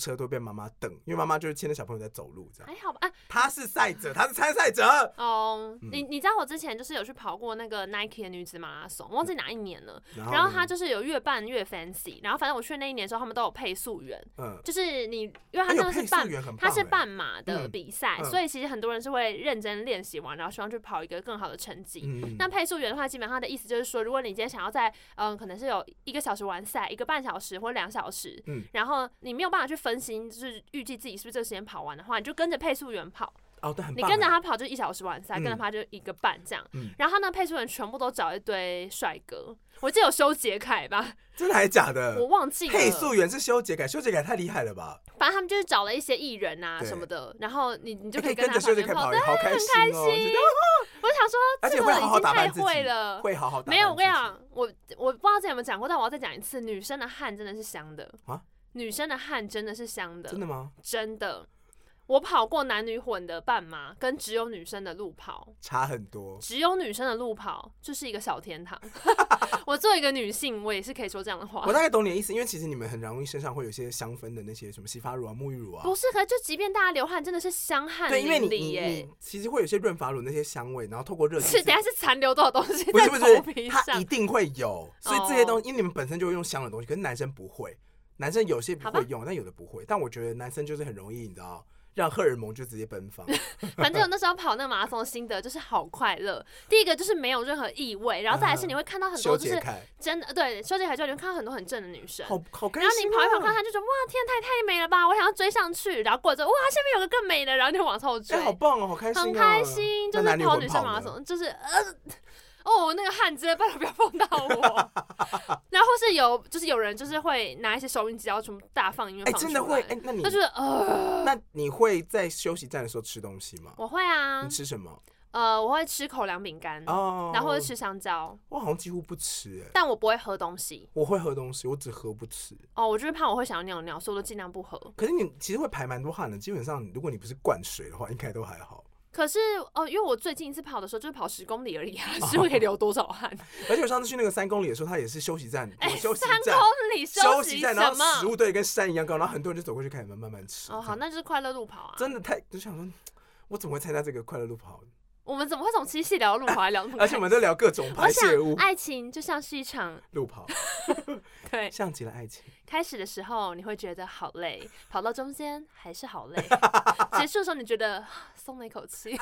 车都被妈妈瞪，因为妈妈就是牵着小朋友在走路这样。 还好吧，啊， 他是赛者，他是参赛者。 哦， 嗯你你知道我之前就是有去跑过那个 Nike 的女子马拉松，我忘记哪一年了。 然后然后他就是有越办越 fancy，然后反正我去那一年的时候，他们都有配速员， 嗯， 就是你，因为他那个是半，他是半马的比赛， 嗯嗯、 所以其实很多人是会认真练习完，然后希望去跑一个更好的成绩。嗯、那配速员的话，基本上他的意思就是说，如果你今天想要在嗯、呃、可能是有一个小时完赛，一个半小时或两小时，嗯，然后你没有办法去分析，就是预计自己是不是这个时间跑完的话，你就跟着配速员跑。 哦，对，很棒。 你跟着他跑就一小时完赛，嗯、跟着他就一个半这样。嗯、然后他那配速员全部都找一堆帅哥，我记得有修杰楷吧？ 真的还是假的？ 我忘记了。 配速员是修杰楷，修杰楷太厉害了吧？ 反正他们就是找了一些艺人啊什么的，然后你你就可以跟着修杰楷跑，好开心哦！ 我想说， 而且会好好打扮自己， 会了， 会好好打扮。 没有，我跟你讲，我我不知道之前有没有讲过，但我要再讲一次，女生的汗真的是香的啊！女生的汗真的是香的， 真的吗？ 真的。我跑过男女混的半马，跟只有女生的路跑差很多。 只有女生的路跑就是一个小天堂。我作为一个女性，我也是可以说这样的话。 我大概懂你的意思，因为其实你们很容易身上会有一些香氛的那些什么洗发乳啊、沐浴乳啊。 不是，可是就即便大家流汗，真的是香汗淋漓耶。 对，因为你你你其实会有些润发乳那些香味，然后透过热气。 是，等一下是残留多少东西在头皮上？ 它一定会有，所以这些东西，因为你们本身就会用香的东西，可是男生不会。男生有些不会用，但有的不会。但我觉得男生就是很容易，你知道。让荷尔蒙就直接奔放。 反正我那时候跑那个马拉松的心得就是好快乐。第一个就是没有任何异味，然后再来是你会看到很多就是真的对修杰楷就你会看到很多很正的女生， 好好开心、啊。 然后你跑一跑看她就觉得哇天太太美了吧，我想要追上去，然后过着哇下面有个更美的，然后就往后追。 哎、欸，好棒哦，好开心、啊， 很开心，就是跑女生马拉松，就是呃。哦，那个汗真的拜托不要碰到我。然后或是有，就是有人就是会拿一些收音机，然后全部大放音乐放出来。 哎、欸，真的会？哎、欸，那你就是呃， 那你会在休息站的时候吃东西吗？ 我会啊。 你吃什么？ 呃，我会吃口粮饼干，哦，然后会吃香蕉。 我好像几乎不吃、欸， 但我不会喝东西。 我会喝东西，我只喝不吃。 哦，我就是怕我会想要尿尿，所以我都尽量不喝。 可是你其实会排蛮多汗的，基本上如果你不是灌水的话，应该都还好。 可是哦，因为我最近一次跑的时候就是跑十公里而已啊，是会可以流多少汗？ 而且我上次去那个三公里的时候，它也是休息站， 哎、欸， 休息站， 三公里休息站，然后食物对跟山一样高，然后很多人就走过去开始慢慢吃。 哦，好，那就是快乐路跑啊！ 真的太就想说，我怎么会参加这个快乐路跑？ 我们怎么会从七夕聊路跑来聊那么开心？ 而且我们都聊各种排泄物。 爱情就像是一场路跑， 对， 像极了爱情。 开始的时候你会觉得好累，跑到中间还是好累，结束的时候你觉得松了一口气。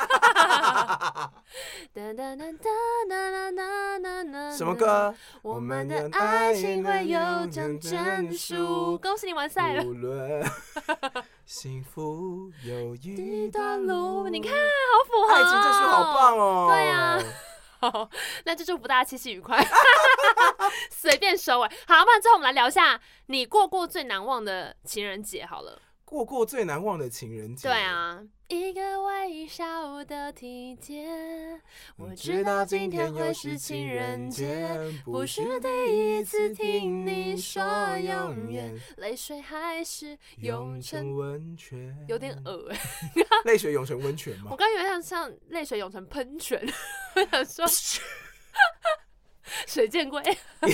什么歌？ 我们的爱情会有奖证书。恭喜你完赛了。 幸福有一段路，你看好符合、哦。 爱情证书好棒哦。 对啊。好，那就祝福大家七夕愉快，随便收尾。好，不然最后我们来聊一下你过过最难忘的情人节好了。 过过最难忘的情人节。 对啊，一个微笑的体贴，我知道今天会是情人节，不是第一次听你说永远，泪水还是涌成温泉， 有点恶哎。 泪水涌成温泉吗？ 我刚以为像像泪水涌成喷泉，我想说水箭龟。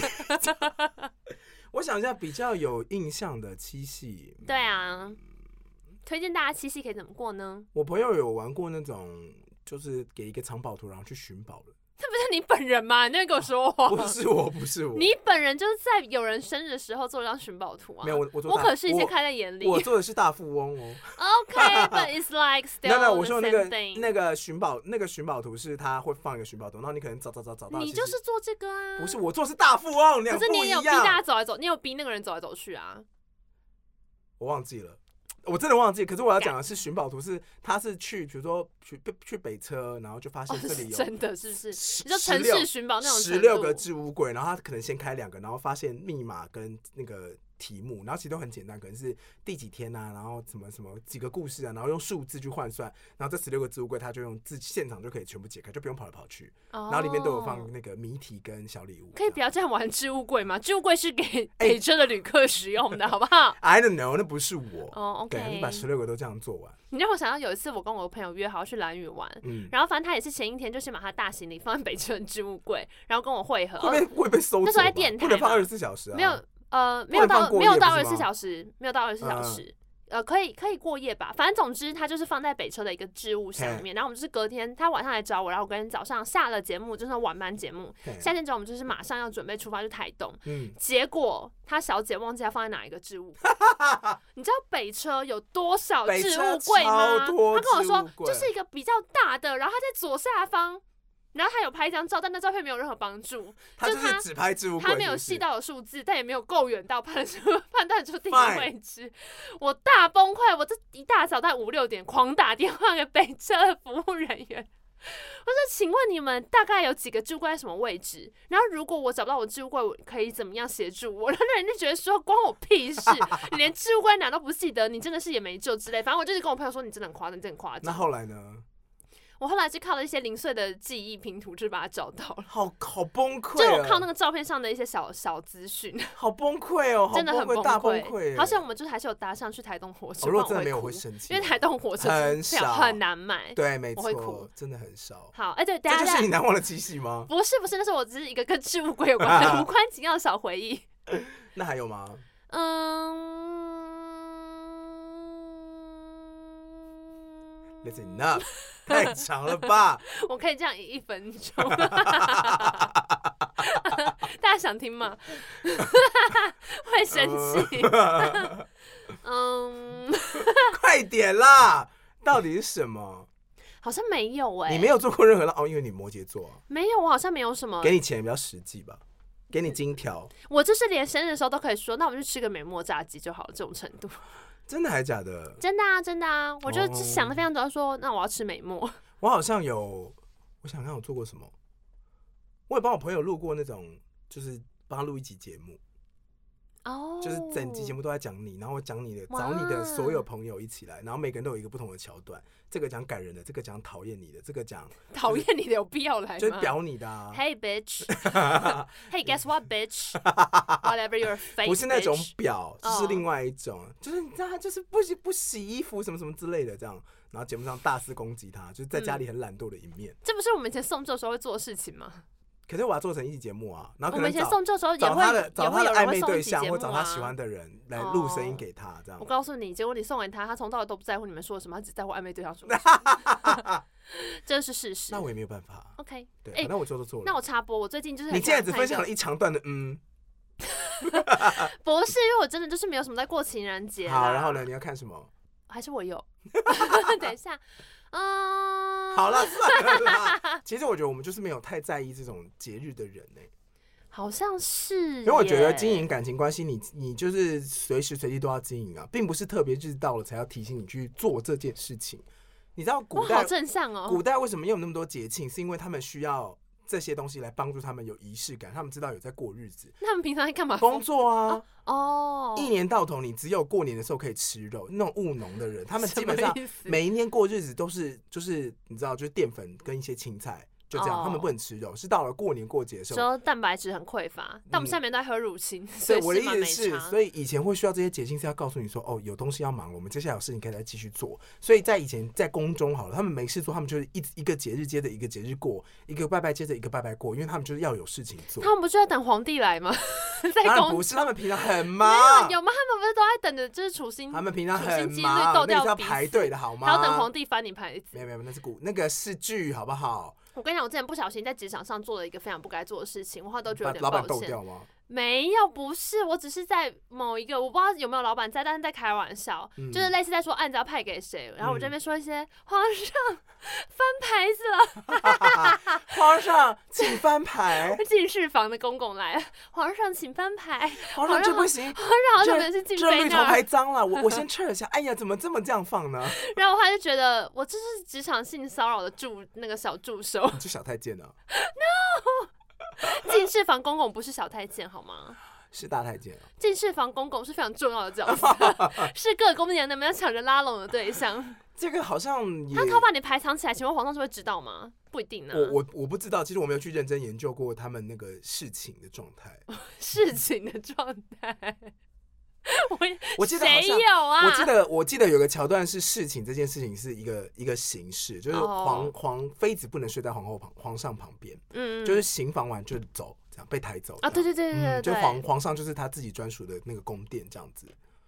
我想一下比较有印象的七夕。 对啊，推荐大家七夕可以怎么过呢？ 我朋友有玩过那种，就是给一个藏宝图，然后去寻宝的。 这不是你本人吗？你在跟我说谎。 不是我，不是我。 你本人就是在有人生日的时候做了张寻宝图啊。 没有，我我做我可是一切看在眼里。 我做的是大富翁哦。 OK，but it's like still 没有没有，我说那个 thing. 那个寻宝那个寻宝图是他会放一个寻宝图，然后你可能找找找找到。 你就是做这个啊。 不是我做的是大富翁，两不一样。 可是你也有逼大家走来走，你有逼那个人走来走去啊。 我忘记了。我真的忘记，可是我要讲的是寻宝图是，他是去，比如说去去北车，然后就发现这里有、 哦、真的是不是？你说城市寻宝那种十六个置物柜，然后他可能先开两个，然后发现密码跟那个题目，然后其实都很简单，可能是第几天啊，然后什么什么几个故事啊，然后用数字去换算，然后这十六个置物柜他就用自现场就可以全部解开，就不用跑来跑去，哦、然后里面都有放那个谜题跟小礼物。 可以不要这样玩置物柜吗？置物柜是给北车的旅客使用的，好不好 ？I don't know， 那不是我。 哦、oh, ，OK， 对，你把十六个都这样做完。 你让我想到有一次我跟我的朋友约好去兰屿玩，嗯，然后反正他也是前一天就先把他大行李放在北车的置物柜，然后跟我会合。 会被会被收走？ 那时候在电台， 不能放二十四小时啊。 没有。呃，没有到没有到二十四小时，没有到二十四小时， 呃，可以可以过夜吧，反正总之它就是放在北车的一个置物箱里面。然后我们就是隔天他晚上来找我，然后我跟早上下了节目，就是晚班节目，下线之后我们就是马上要准备出发去台东。嗯，结果他小姐忘记要放在哪一个置物柜。你知道北车有多少置物柜吗？他跟我说就是一个比较大的，然后他在左下方。然后他有拍一张照，但那照片没有任何帮助。 他就是只拍置物柜， 他没有细到有数字，但也没有够远到判出判断出地理位置。我大崩溃，我这一大早在五六点狂打电话给北车的服务人员，我说：“请问你们大概有几个置物柜在什么位置？然后如果我找不到我置物柜，我可以怎么样协助我？”然后那人就觉得说：“关我屁事！你连置物柜哪都不记得，你真的是也没救之类。”反正我就是跟我朋友说：“你真的很夸张，你真的很夸张。” 那后来呢？ 我后来就靠了一些零碎的记忆拼图，就把它找到了。 好好崩溃、啊！ 就我靠那个照片上的一些小小资讯， 好崩溃哦， 真的很崩溃， 大崩溃。 好像我们就是还是有搭上去台东火车。 哦、如果真的没有，我会生气， 因为台东火车很少， 很难买。 对，没错， 我会哭， 真的很少。 好，哎、欸，对，等一下， 这就是你难忘的七夕吗？ 不是，不是，那是我只是一个跟置物柜有关的无关紧要的小回忆。 那还有吗？ 嗯。 That's enough， 太长了吧？ 我可以这样一分钟，大家想听吗？会生气。嗯， 快点啦！到底是什么？ 好像没有哎、欸， 你没有做过任何的哦，因为你摩羯座、啊， 没有，我好像没有什么。 给你钱比较实际吧，给你金条。 我就是连生日的时候都可以说，那我们去吃个美墨炸鸡就好了，这种程度。 真的还假的？ 真的啊，真的啊！我就想的非常多，说那我要吃美墨。 我好像有，我想看我做过什么。我也帮我朋友录过那种，就是帮他录一集节目。哦。Oh, 就是整集节目都在讲你，然后我讲你的，找你的所有朋友一起来，然后每个人都有一个不同的桥段。这个讲感人的，这个讲讨厌你的，这个讲讨厌你的有必要来吗？ 就是表你的啊。 Hey bitch， Hey guess what bitch，whatever your face。 不是那种表，这、就是另外一种， oh. 就是你知道他就是不洗不洗衣服什么什么之类的这样，然后节目上大肆攻击他，就是在家里很懒惰的一面、嗯。 这不是我们以前送旧的时候会做的事情吗？ 可是我要做成一集节目啊，然后可能我们以前送旧的时候也会找他的找他的暧昧对象， 啊、 或找他喜欢的人来录声音给他，这样。 我告诉你，结果你送给他，他从到尾都不在乎你们说什么，他只在乎暧昧对象说什么。这是事实。 那我也没有办法。 OK， 对，反正我做都做了。 那我插播，我最近就是很你现在只分享了一长段的嗯。 不是，因为我真的就是没有什么在过情人节。 好，然后呢？你要看什么？ 还是我有？等一下。嗯， 好了，算了啦。其实我觉得我们就是没有太在意这种节日的人呢、欸。 好像是， 因为我觉得经营感情关系，你你就是随时随地都要经营啊，并不是特别日到了才要提醒你去做这件事情。你知道古代好正向哦， 古代为什么有那么多节庆？是因为他们需要这些东西来帮助他们有仪式感，他们知道有在过日子。 那他们平常在干嘛？ 工作啊。 哦。 一年到头，你只有过年的时候可以吃肉。那种务农的人，他们基本上每一年过日子都是就是你知道，就是淀粉跟一些青菜。就这样， oh. 他们不能吃肉，是到了过年过节的时候， 说蛋白质很匮乏，但我们下面都在喝乳清， 嗯、 所以我的意思是，所以以前会需要这些节庆是要告诉你说，哦，有东西要忙了，我们接下来有事情可以再继续做。所以在以前在宫中好了，他们没事做，他们就是一一个节日接着一个节日过，一个拜拜接着一个拜拜过，因为他们就是要有事情做。 他们不就在等皇帝来吗？在当然不是，他们平常很忙。 有吗？他们不是都在等着，就是除夕， 他们平常很忙，那个是要排队的好吗？ 还要等皇帝翻你牌子。 没有没有，那是古那个是剧，好不好？ 我跟你讲，我之前不小心在职场上做了一个非常不该做的事情，我后来都觉得有点抱歉。 把老板斗掉吗？ 没有，不是，我只是在某一个我不知道有没有老板在，但是在开玩笑，嗯、就是类似在说案子要派给谁，然后我这边说一些、嗯、皇上翻牌子了， 皇上请翻牌， 进士房的公公来了，皇上请翻牌， 皇上这不行， 皇上好像没是进这绿头牌脏了，我我先撤一下，哎呀，怎么这么这样放呢？ 然后他就觉得我这是职场性骚扰的助那个小助手， 你是小太监啊 ？No。进士房公公不是小太监好吗？ 是大太监啊。 进士房公公是非常重要的角色，是各宫人们要抢着拉拢的对象。 这个好像也他偷把你牌藏起来，请问皇上就会知道吗？不一定啊。 我我我不知道，其实我没有去认真研究过他们那个事情的状态。 事情的状态。我我记得好像谁有啊？ 我记得我记得有个桥段是事情这件事情是一个一个形式，就是皇、oh. 皇妃子不能睡在皇后旁皇上旁边，嗯，就是行房完就走，这样被抬走啊， 对对对对对， 嗯、就皇皇上就是他自己专属的那个宫殿这样子。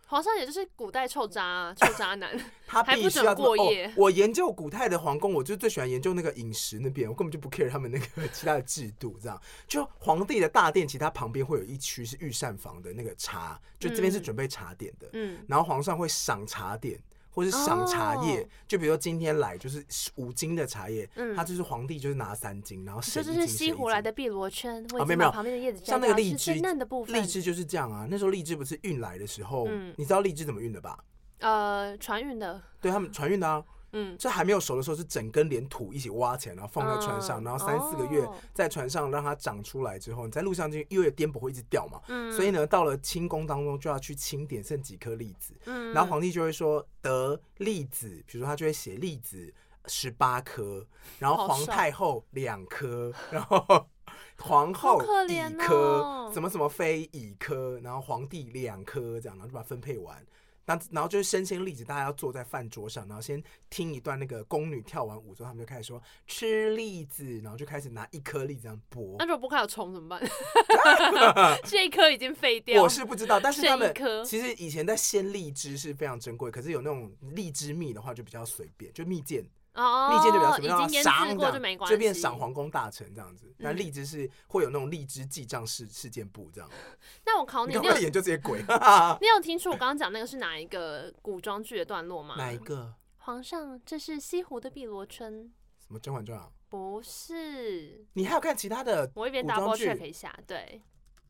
皇上也就是古代臭渣、啊、臭渣男， 他还不准过夜、 哦。我研究古代的皇宫，我就最喜欢研究那个饮食那边，我根本就不 care 他们那个其他的制度。这样，就皇帝的大殿，其实它旁边会有一区是御膳房的那个茶，就这边是准备茶点的。嗯，然后皇上会赏茶点。或是赏茶叶，哦、就比如说今天来就是五斤的茶叶，嗯，他就是皇帝就是拿三斤，然后省一斤。这就是西湖来的碧螺春， 啊没有没有， 旁边的叶子像那个荔枝， 嫩的部分， 荔枝就是这样啊。那时候荔枝不是运来的时候，嗯、你知道荔枝怎么运的吧？ 呃，船运的， 对他们船运的啊。嗯，这还没有熟的时候是整根连土一起挖起来，然后放在船上，嗯、然后三四个月在船上让它长出来之后，你在路上就因为颠簸会一直掉嘛，嗯，所以呢到了清宫当中就要去清点剩几颗栗子，嗯，然后皇帝就会说得栗子，比如说他就会写栗子十八颗，然后皇太后两颗，然后皇后一颗，哦、什么什么妃一颗，然后皇帝两颗，这样然后就把它分配完。然后就是生鲜栗子，大家要坐在饭桌上，然后先听一段那个宫女跳完舞之后，他们就开始说吃栗子，然后就开始拿一颗栗子这样剥。 那如果剥开有虫怎么办？这一颗已经废掉。 我是不知道，但是他们其实以前在鲜荔枝是非常珍贵，可是有那种荔枝蜜的话就比较随便，就蜜饯。 哦， 蜜饯就比较随便， 已经腌制过就没关系， 就变赏皇宫大臣这样子。但荔枝是会有那种荔枝记账事事件簿这样。 那我考你， 你会研究这些鬼？ 你有听出我刚刚讲那个是哪一个古装剧的段落吗？ 哪一个？ 皇上，这是西湖的碧螺春。 什么《甄嬛传》啊？ 不是。 你还有看其他的？ 我一边 double check 一下，对。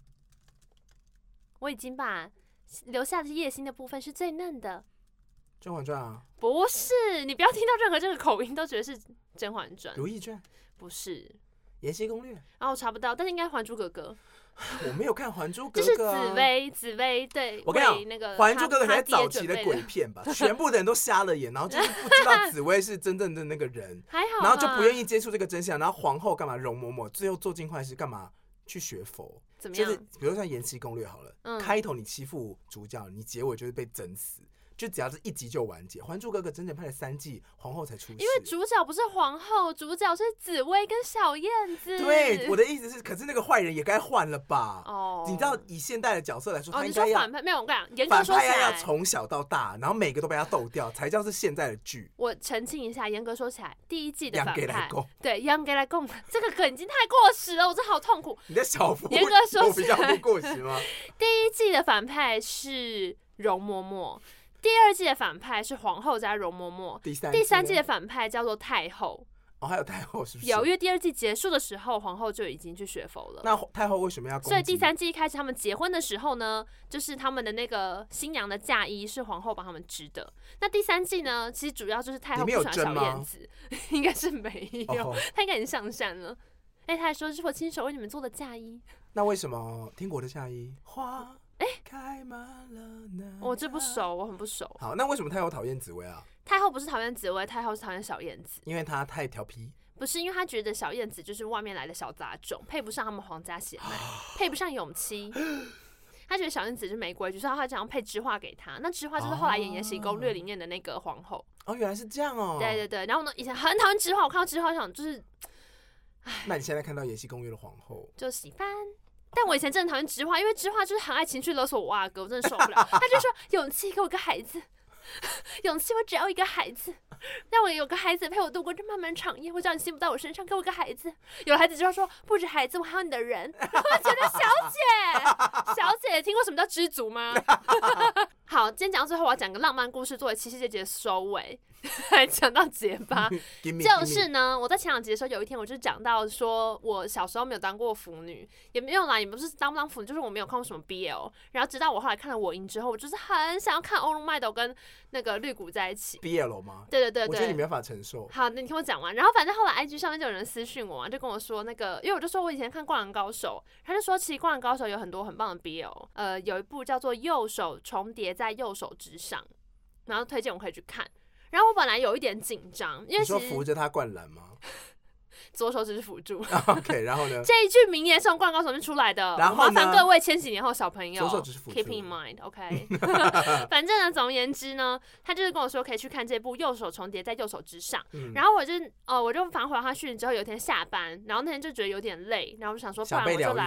我已经把留下的叶心的部分是最嫩的。 《甄嬛传》啊？ 不是，你不要听到任何这个口音都觉得是《甄嬛传》。 《如懿传》 不是，《 延禧攻略》 啊，我查不到，但是应该《还珠格格》。 我没有看《还珠格格》， 就是紫薇，紫薇对。 我跟你讲， 那个 《还珠格格》才早期的鬼片吧，全部的人都瞎了眼，然后就是不知道紫薇是真正的那个人， 还好， 然后就不愿意接触这个真相，然后皇后干嘛容嬷嬷，最后做尽坏事干嘛去学佛？ 怎么样？ 就是比如像《延禧攻略》好了，嗯、开头你欺负主角，你结尾就是被整死。就只要是一集就完结，《还珠格格》整整拍了三季，皇后才出世。 因为主角不是皇后，主角是紫薇跟小燕子。 对，我的意思是，可是那个坏人也该换了吧？哦，你知道以现代的角色来说， 哦、 他应该要反派没有我跟你讲，严格说起来， 反派要从小到大，然后每个都被他斗掉，才叫是现在的剧。 我澄清一下，严格说起来，第一季的反派， 对， 杨给来供这个梗已经太过时了，我真的好痛苦。 你在小夫严格说起来， 比较不过时吗？ 第一季的反派是容嬷嬷。第二季的反派是皇后加容嬷嬷， 第三第三季的反派叫做太后。 哦，还有太后是不是？ 有，因为第二季结束的时候，皇后就已经去学佛了。 那太后为什么要攻击？ 所以第三季一开始他们结婚的时候呢，就是他们的那个新娘的嫁衣是皇后帮他们织的。那第三季呢，其实主要就是太后不喜欢小燕子，应该是没有，她、哦、应该已经上山了。哎、欸，他还说是我亲手为你们做的嫁衣。 那为什么天国的嫁衣花？哎、欸， 我这不熟，我很不熟。 好，那为什么太后讨厌紫薇啊？ 太后不是讨厌紫薇，太后是讨厌小燕子， 因为她太调皮。 不是，因为她觉得小燕子就是外面来的小杂种，配不上他们皇家血脉，配不上永琪。她觉得小燕子是没规矩，所以她想要配知画给她。那知画就是后来演《延禧攻略》里面的那个皇后。 哦，原来是这样哦。 对对对，然后呢，以前很讨厌知画，我看到知画想就是， 那你现在看到《延禧攻略》的皇后， 就喜欢。但我以前真的讨厌知画，因为知画就是很爱情绪勒索我阿哥，我真的受不了。他就说：“勇气给我个孩子，勇气我只要一个孩子，让我有个孩子陪我度过这漫漫长夜。我只要你心不在我身上，给我个孩子。有了孩子之后说不止孩子，我还有你的人。”然后我觉得小姐，小姐听过什么叫知足吗？好，今天讲到最后，我要讲个浪漫故事作为七夕姐姐的收尾。还讲到结巴，就是呢，我在前两集的时候，有一天我就讲到说，我小时候没有当过腐女，也没有啦，也不是当不当腐女，就是我没有看过什么 B L。然后直到我后来看了《我赢》之后，我就是很想要看欧龙麦斗跟那个绿谷在一起。 B L 吗？ 对对对对， 我觉得你没办法承受。 好，那你听我讲完。然后反正后来 I G 上面就有人私讯我嘛，就跟我说那个，因为我就说我以前看《灌篮高手》，他就说其实《灌篮高手》有很多很棒的 B L， 呃，有一部叫做《右手重叠在右手之上》，然后推荐我可以去看。然后我本来有一点紧张，因为你说扶着他灌篮吗？ 左手只是辅助。 OK， 然后呢？ 这一句名言是从《灌篮高手》里面出来的。 然后呢？ 麻烦各位千禧年后小朋友， 左手只是辅助 ，keep in mind，OK、okay? 反正呢，总而言之呢，他就是跟我说可以去看这部《右手重叠在右手之上》嗯。然后我就呃，我就反回到他讯之后，有一天下班，然后那天就觉得有点累，然后我就想说，不然我就来。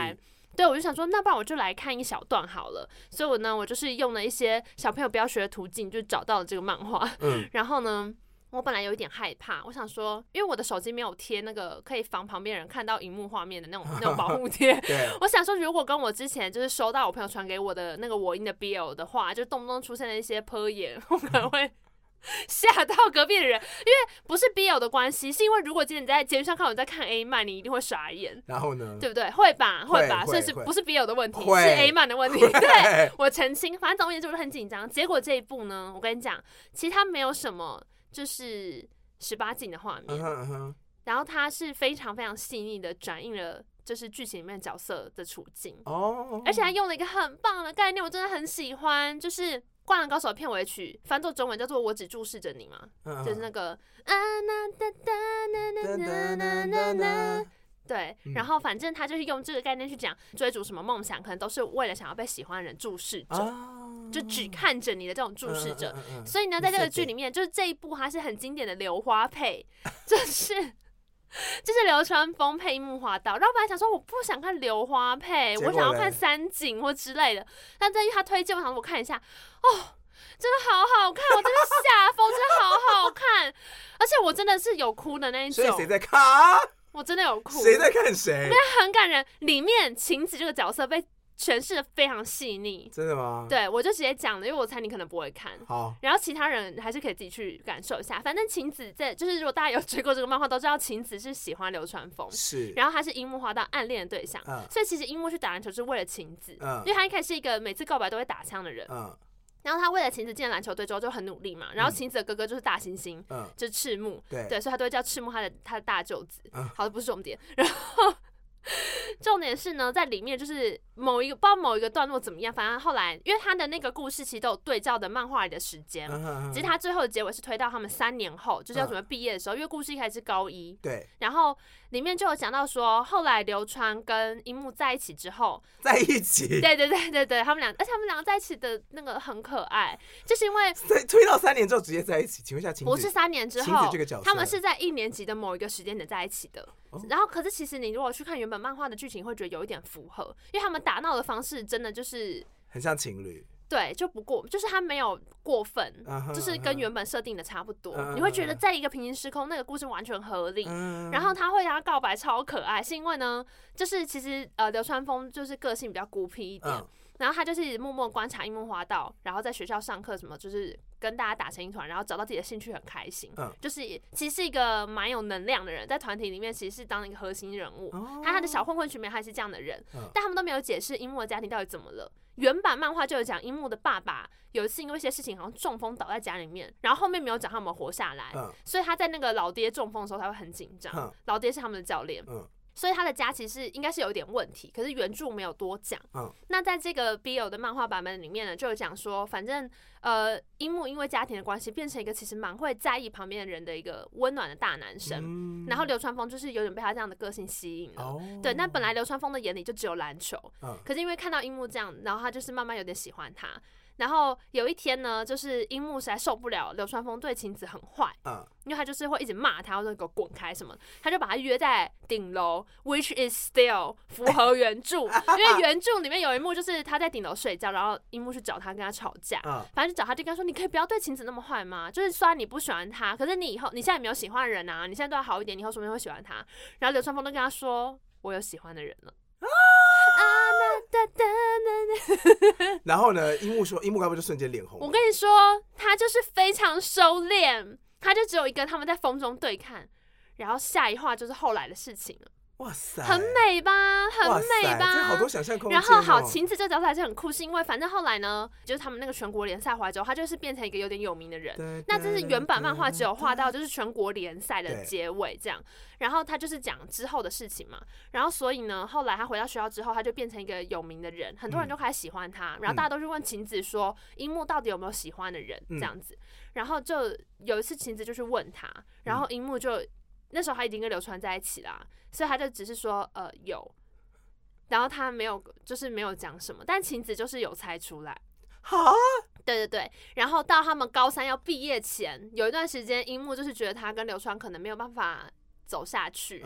对，我就想说，那不然我就来看一小段好了。所以我呢，我就是用了一些小朋友不要学的途径，就找到了这个漫画。嗯，然后呢，我本来有一点害怕，我想说，因为我的手机没有贴那个可以防旁边人看到荧幕画面的那种那种保护贴。我想说，如果跟我之前就是收到我朋友传给我的那个我音的 B L 的话，就动不动出现了一些泼眼，我可能会吓到隔壁的人，因为不是 B L 的关系，是因为如果今天你在节目上看我在看 A 漫，你一定会傻眼。 然后呢？ 对不对？会吧，会吧，所以是不是 B L 的问题，是 A 漫的问题。对，我澄清，反正总而言之我就很紧张。结果这一部呢，我跟你讲，其实它没有什么就是十八禁的画面， uh-huh, uh-huh. 然后它是非常非常细腻的转映了就是剧情里面角色的处境， oh. 而且还用了一个很棒的概念，我真的很喜欢，就是《灌篮高手》的片尾曲翻作中文叫做《我只注视着你》嘛， uh-huh. 就是那个啊那哒哒那那那那那那。对，然后反正他就是用这个概念去讲追逐什么梦想，可能都是为了想要被喜欢的人注视着，啊、就只看着你的这种注视者。嗯嗯嗯嗯、所以呢，在这个剧里面，就是这一部它是很经典的流花配，就是就是流川枫配樱木花道。然后我本来想说我不想看流花配，我想要看三井或之类的，但因为他推荐，我想说我看一下，哦。真的好好看，我真的吓疯，真的好好看，而且我真的是有哭的那一种。 所以谁在看啊？ 我真的有哭。 谁在看谁？ 因为很感人，里面晴子这个角色被诠释的非常细腻。 真的吗？ 对，我就直接讲了，因为我猜你可能不会看。 好。 然后其他人还是可以自己去感受一下。反正晴子在，就是如果大家有追过这个漫画，都知道晴子是喜欢流川枫， 是。 然后他是樱木花道暗恋的对象，嗯、所以其实樱木去打篮球是为了晴子，嗯、因为他一开始是一个每次告白都会打枪的人，嗯。然后他为了晴子进了篮球队之后就很努力嘛，然后晴子的哥哥就是大猩猩，嗯，就是赤木，对，对，所以他都会叫赤木他的他的大舅子。嗯、好的，不是重点。然后重点是呢，在里面就是某一个不知道某一个段落怎么样，反正后来因为他的那个故事其实都有对照的漫画里的时间，嗯、其实他最后的结尾是推到他们三年后，就是要准备毕业的时候，嗯、因为故事一开始是高一， 对， 然后里面就有讲到说，后来流川跟樱木在一起之后， 在一起， 对对对对对，他们俩，而且他们两个在一起的那个很可爱，就是因为推到三年之后直接在一起。请问一下，晴子不是三年之后， 这个角色他们是在一年级的某一个时间点在一起的。哦、然后，可是其实你如果去看原本漫画的剧情，会觉得有一点符合，因为他们打闹的方式真的就是很像情侣。 对，就不过就是他没有过分， uh-huh, 就是跟原本设定的差不多。Uh-huh. 你会觉得在一个平行时空，那个故事完全合理。Uh-huh. 然后他会让他告白超可爱，是因为呢，就是其实呃流川枫就是个性比较孤僻一点。Uh-huh. 然后他就是默默观察樱木花道，然后在学校上课什么，就是跟大家打成一团，然后找到自己的兴趣很开心。嗯，就是其实是一个蛮有能量的人，在团体里面其实是当一个核心人物。哦、他他的小混混群里面还是这样的人，嗯、但他们都没有解释樱木的家庭到底怎么了。原版漫画就有讲樱木的爸爸有一次因为一些事情好像中风倒在家里面，然后后面没有讲他们活下来，嗯、所以他在那个老爹中风的时候他会很紧张。嗯、老爹是他们的教练。嗯，所以他的家其实应该是有一点问题，可是原著没有多讲。嗯，那在这个 B L 的漫画版本里面呢，就有讲说，反正呃，樱木因为家庭的关系，变成一个其实蛮会在意旁边的人的一个温暖的大男生。嗯、然后流川枫就是有点被他这样的个性吸引了。哦、对，那本来流川枫的眼里就只有篮球，嗯、可是因为看到樱木这样，然后他就是慢慢有点喜欢他。然后有一天呢，就是樱木实在受不了流川枫对晴子很坏，嗯、因为他就是会一直骂他，或者给我滚开什么，他就把他约在顶楼 ，which is still 符合原著，因为原著里面有一幕就是他在顶楼睡觉，然后樱木去找他跟他吵架，嗯、反正就找他就跟他说，你可以不要对晴子那么坏吗？就是虽然你不喜欢他，可是你以后你现在没有喜欢的人啊，你现在对他好一点，你以后说不定会喜欢他。然后流川枫都跟他说，我有喜欢的人了。 然后呢？樱木说，樱木该不会就瞬间脸红？ 我跟你说，他就是非常收敛，他就只有一个他们在风中对看，然后下一话就是后来的事情了。 哇塞， 很美吧，很美吧， 这好多想象空间、哦。 然后好，晴子这角色还是很酷，是因为反正后来呢，就是他们那个全国联赛回来之后，他就是变成一个有点有名的人。那这是原版漫画只有画到就是全国联赛的结尾这样，然后他就是讲之后的事情嘛。然后所以呢，后来他回到学校之后，他就变成一个有名的人，很多人就开始喜欢他。嗯、然后大家都去问晴子说，樱木到底有没有喜欢的人这样子。嗯、然后就有一次晴子就去问他，然后樱木就。那时候他已经跟流川在一起啦，所以他就只是说呃有，然后他没有就是没有讲什么，但晴子就是有猜出来。 哈， 对对对，然后到他们高三要毕业前，有一段时间樱木就是觉得他跟流川可能没有办法走下去，嗯，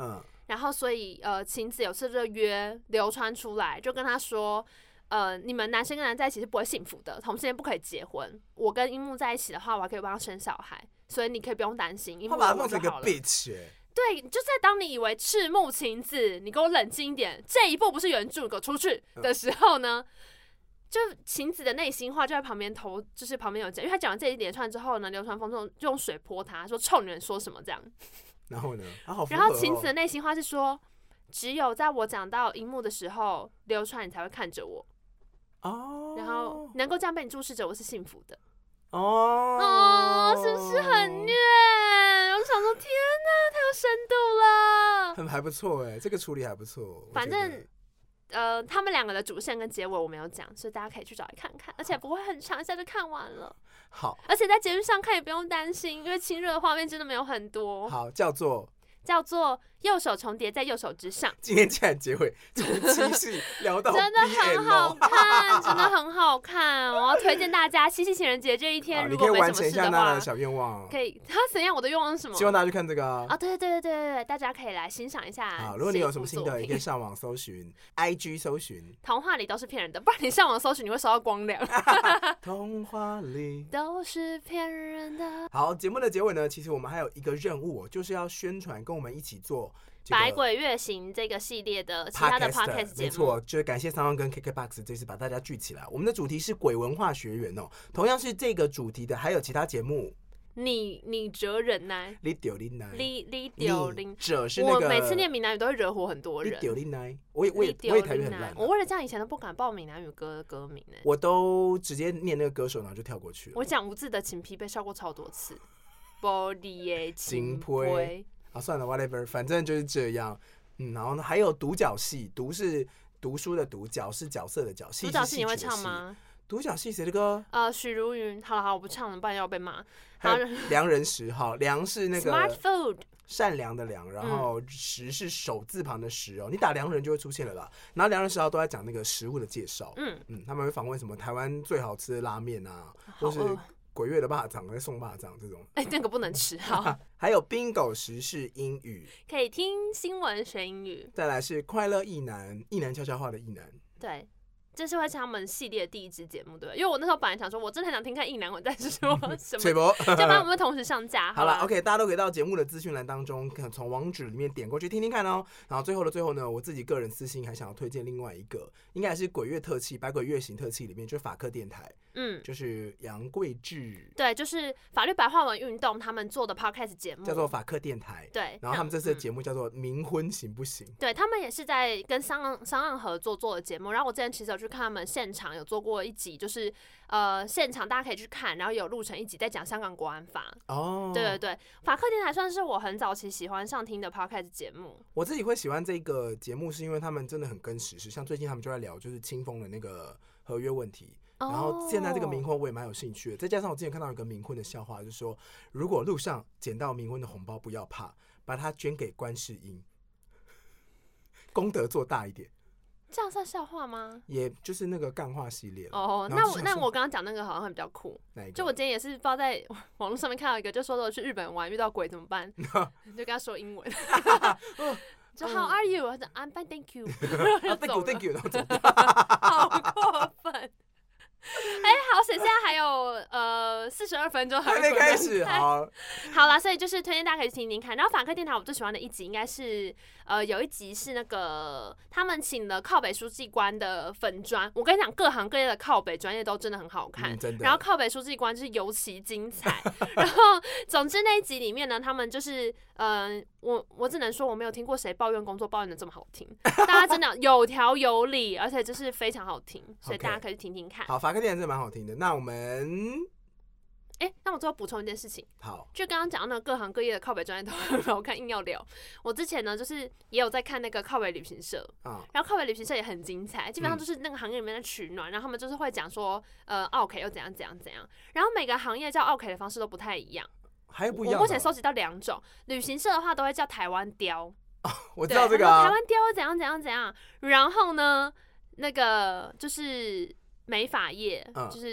然后所以呃，晴子有次就约流传出来，就跟他说，呃，你们男生跟男生在一起是不会幸福的，同性恋不可以结婚。我跟樱木在一起的话，我还可以帮他生小孩，所以你可以不用担心。樱木他把他弄成一个 bitch 哎、欸。 对，就在当你以为赤木晴子，你给我冷静一点，这一步不是原著，给我出去的时候呢，就晴子的内心话就在旁边投，就是旁边有讲，因为他讲完这一连串之后呢，流川枫就用水泼他，说臭女人说什么这样。 然后呢？啊好哦、 然后晴子的内心话是说，只有在我讲到樱木的时候，流川你才会看着我。哦。然后能够这样被你注视着，我是幸福的。哦。哦，是不是很虐？我就想说，天哪，太有深度了。 很还不错哎，这个处理还不错。 反正。呃，他们两个的主线跟结尾我没有讲，所以大家可以去找来看看，而且不会很长，一下就看完了。 好， 而且在节目上看也不用担心，因为亲热的画面真的没有很多。 好，叫做叫做右手重叠在右手之上。 今天竟然结尾从七夕聊到 B L， 真的很好看，真的很好看。我要推荐大家七夕情人节这一天，如果没什么事的话， 你可以完成一下娜娜的小愿望。 可以，他怎样？我的愿望是什么？ 希望大家去看这个啊！ 啊，对对对对对，大家可以来欣赏一下。 好，如果你有什么心得，也可以上网搜寻 ，I G 搜寻。 童话里都是骗人的，不然你上网搜寻你会收到光亮。 童话里都是骗人的。 好，节目的结尾呢，其实我们还有一个任务，就是要宣传跟我们一起做。 百鬼月行这个系列的其他的 podcast 节目， 没错，就是感谢三万跟 K K B O X 这次把大家聚起来。我们的主题是鬼文化学园哦，同样是这个主题的，还有其他节目。 你你哲人呢？ 你丢林奈， 你你丢林哲是那个。 我每次念闽南语都会惹火很多人。 你丢林奈，我也我也我也台语很烂。 我为了这样以前都不敢报闽南语歌的歌名呢。 我都直接念那个歌手，然后就跳过去了。 我讲无字的情批被笑过超多次。玻璃的情批。 啊，算了 ，whatever， 反正就是这样。嗯，然后呢，还有独角戏，独是读书的读，角是角色的角，戏是戏剧的戏。 独角戏你会唱吗？ 独角戏谁的歌？ 呃，许茹芸。好了好，我不唱了，不然要被骂。 还有良人十号，良是那个 Smart Food， 善良的良，然后十是手字旁的十哦，你打良人就会出现了啦。然后良人十号都在讲那个食物的介绍，嗯嗯，他们会访问什么台湾最好吃的拉面啊，或是鬼月的霸掌在送霸掌这种， 哎、欸，那个不能吃哈。 还有 bingo 时事英语， 可以听新闻学英语。 再来是快乐意男，意男悄悄话的意男， 对。这是会是他们系列的第一支节目，对吧？因为我那时候本来想说，我真的很想听看意男我在说什么，就帮我们同时上架。 好了 ，OK， 大家都可以到节目的资讯栏当中，从网址里面点过去听听看哦。然后最后的最后呢，我自己个人私心还想要推荐另外一个，应该还是鬼月特辑、百鬼月行特辑里面，就是法科电台，嗯，就是杨贵志， 对，就是法律白话文运动他们做的 podcast 节目， 叫做法科电台， 对。 然后他们这次的节目叫做《冥婚行不行》， 对他们也是在跟商岸商岸合作做的节目。然后我之前其实有去看他们现场。有做过一集，就是呃现场大家可以去看，然后有录成一集在讲香港国安法。哦，对对对，法客电台算是我很早期喜欢上听的 podcast 节目。 我自己会喜欢这个节目，是因为他们真的很跟时事，像最近他们就在聊就是清风的那个合约问题。然后现在这个冥婚我也蛮有兴趣的，再加上我之前看到一个冥婚的笑话，就是说如果路上捡到冥婚的红包，不要怕，把它捐给观世音，功德做大一点。 这样算笑话吗？ 也就是那个干话系列哦。那我那我刚刚讲那个好像会比较酷。就我今天也是不知道在网络上面看到一个，就说我去日本玩遇到鬼怎么办，就跟他说英文，就 How are you？ 我说 I'm fine, thank you。 Thank you, thank you， 然后走。 好过分。哎、欸，好，剩下还有呃四十二分钟还没开始，好， 好啦，所以就是推荐大家可以听听看。然后法科电台我最喜欢的一集应该是呃有一集是那个他们请了靠北书记官的粉专，我跟你讲各行各业的靠北专业都真的很好看， 嗯、真的。 然后靠北书记官就是尤其精彩。然后总之那一集里面呢，他们就是呃我我只能说我没有听过谁抱怨工作抱怨的这么好听，大家真的有条有理，而且就是非常好听，所以大家可以听听看。 好，法科电台真的蛮好听的。那我们， 哎、欸，那我最后补充一件事情。 好， 就刚刚讲到那个各行各业的靠北专业都很好看，硬要聊。我之前呢，就是也有在看那个靠北旅行社，啊、然后靠北旅行社也很精彩，基本上就是那个行业里面的取暖，然后他们就是会讲说，呃，奥 K 又怎样怎样怎样，然后每个行业叫奥 K 的方式都不太一样， 还有不一样。 我目前收集到两种，旅行社的话都会叫台湾雕， 哦，我知道这个、啊， 台湾雕怎样怎样怎样，然后呢，那个就是美发业，嗯、就是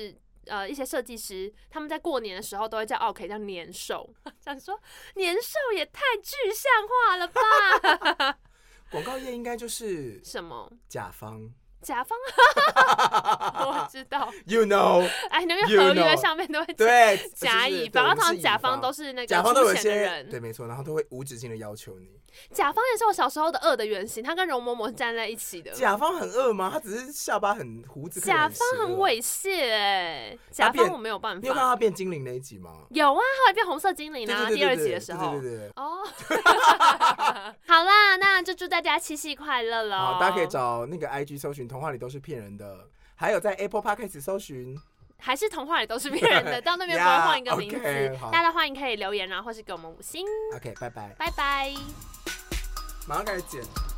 呃一些设计师，他们在过年的时候都会叫奥 K 叫年兽，想说年兽也太具象化了吧？ 广告业应该就是什么甲方。 甲方，我知道 ，You know， 哎，那个合约上面都会对甲乙方，然后通常甲方都是那个甲方都有一些人， 对，没错，然后都会无止境的要求你。 甲方也是我小时候的恶的原型，他跟容嬷嬷站在一起的。 甲方很恶吗？他只是下巴很胡子。 甲方很猥亵哎，甲方我没有办法。 你有看到他变精灵那一集吗？ 有啊，后来变红色精灵啊，第二集的时候。 对对对。 哦，好啦，那就祝大家七夕快乐喽！ 好，大家可以找那个 I G 搜寻童话里都是骗人的，还有在 Apple Podcast 搜寻。 还是童话里都是骗人的，到那边不会换一个名字。 yeah, okay, 大家欢迎可以留言啊，或是给我们五星。 OK， 拜拜， 拜拜。 马上开始剪。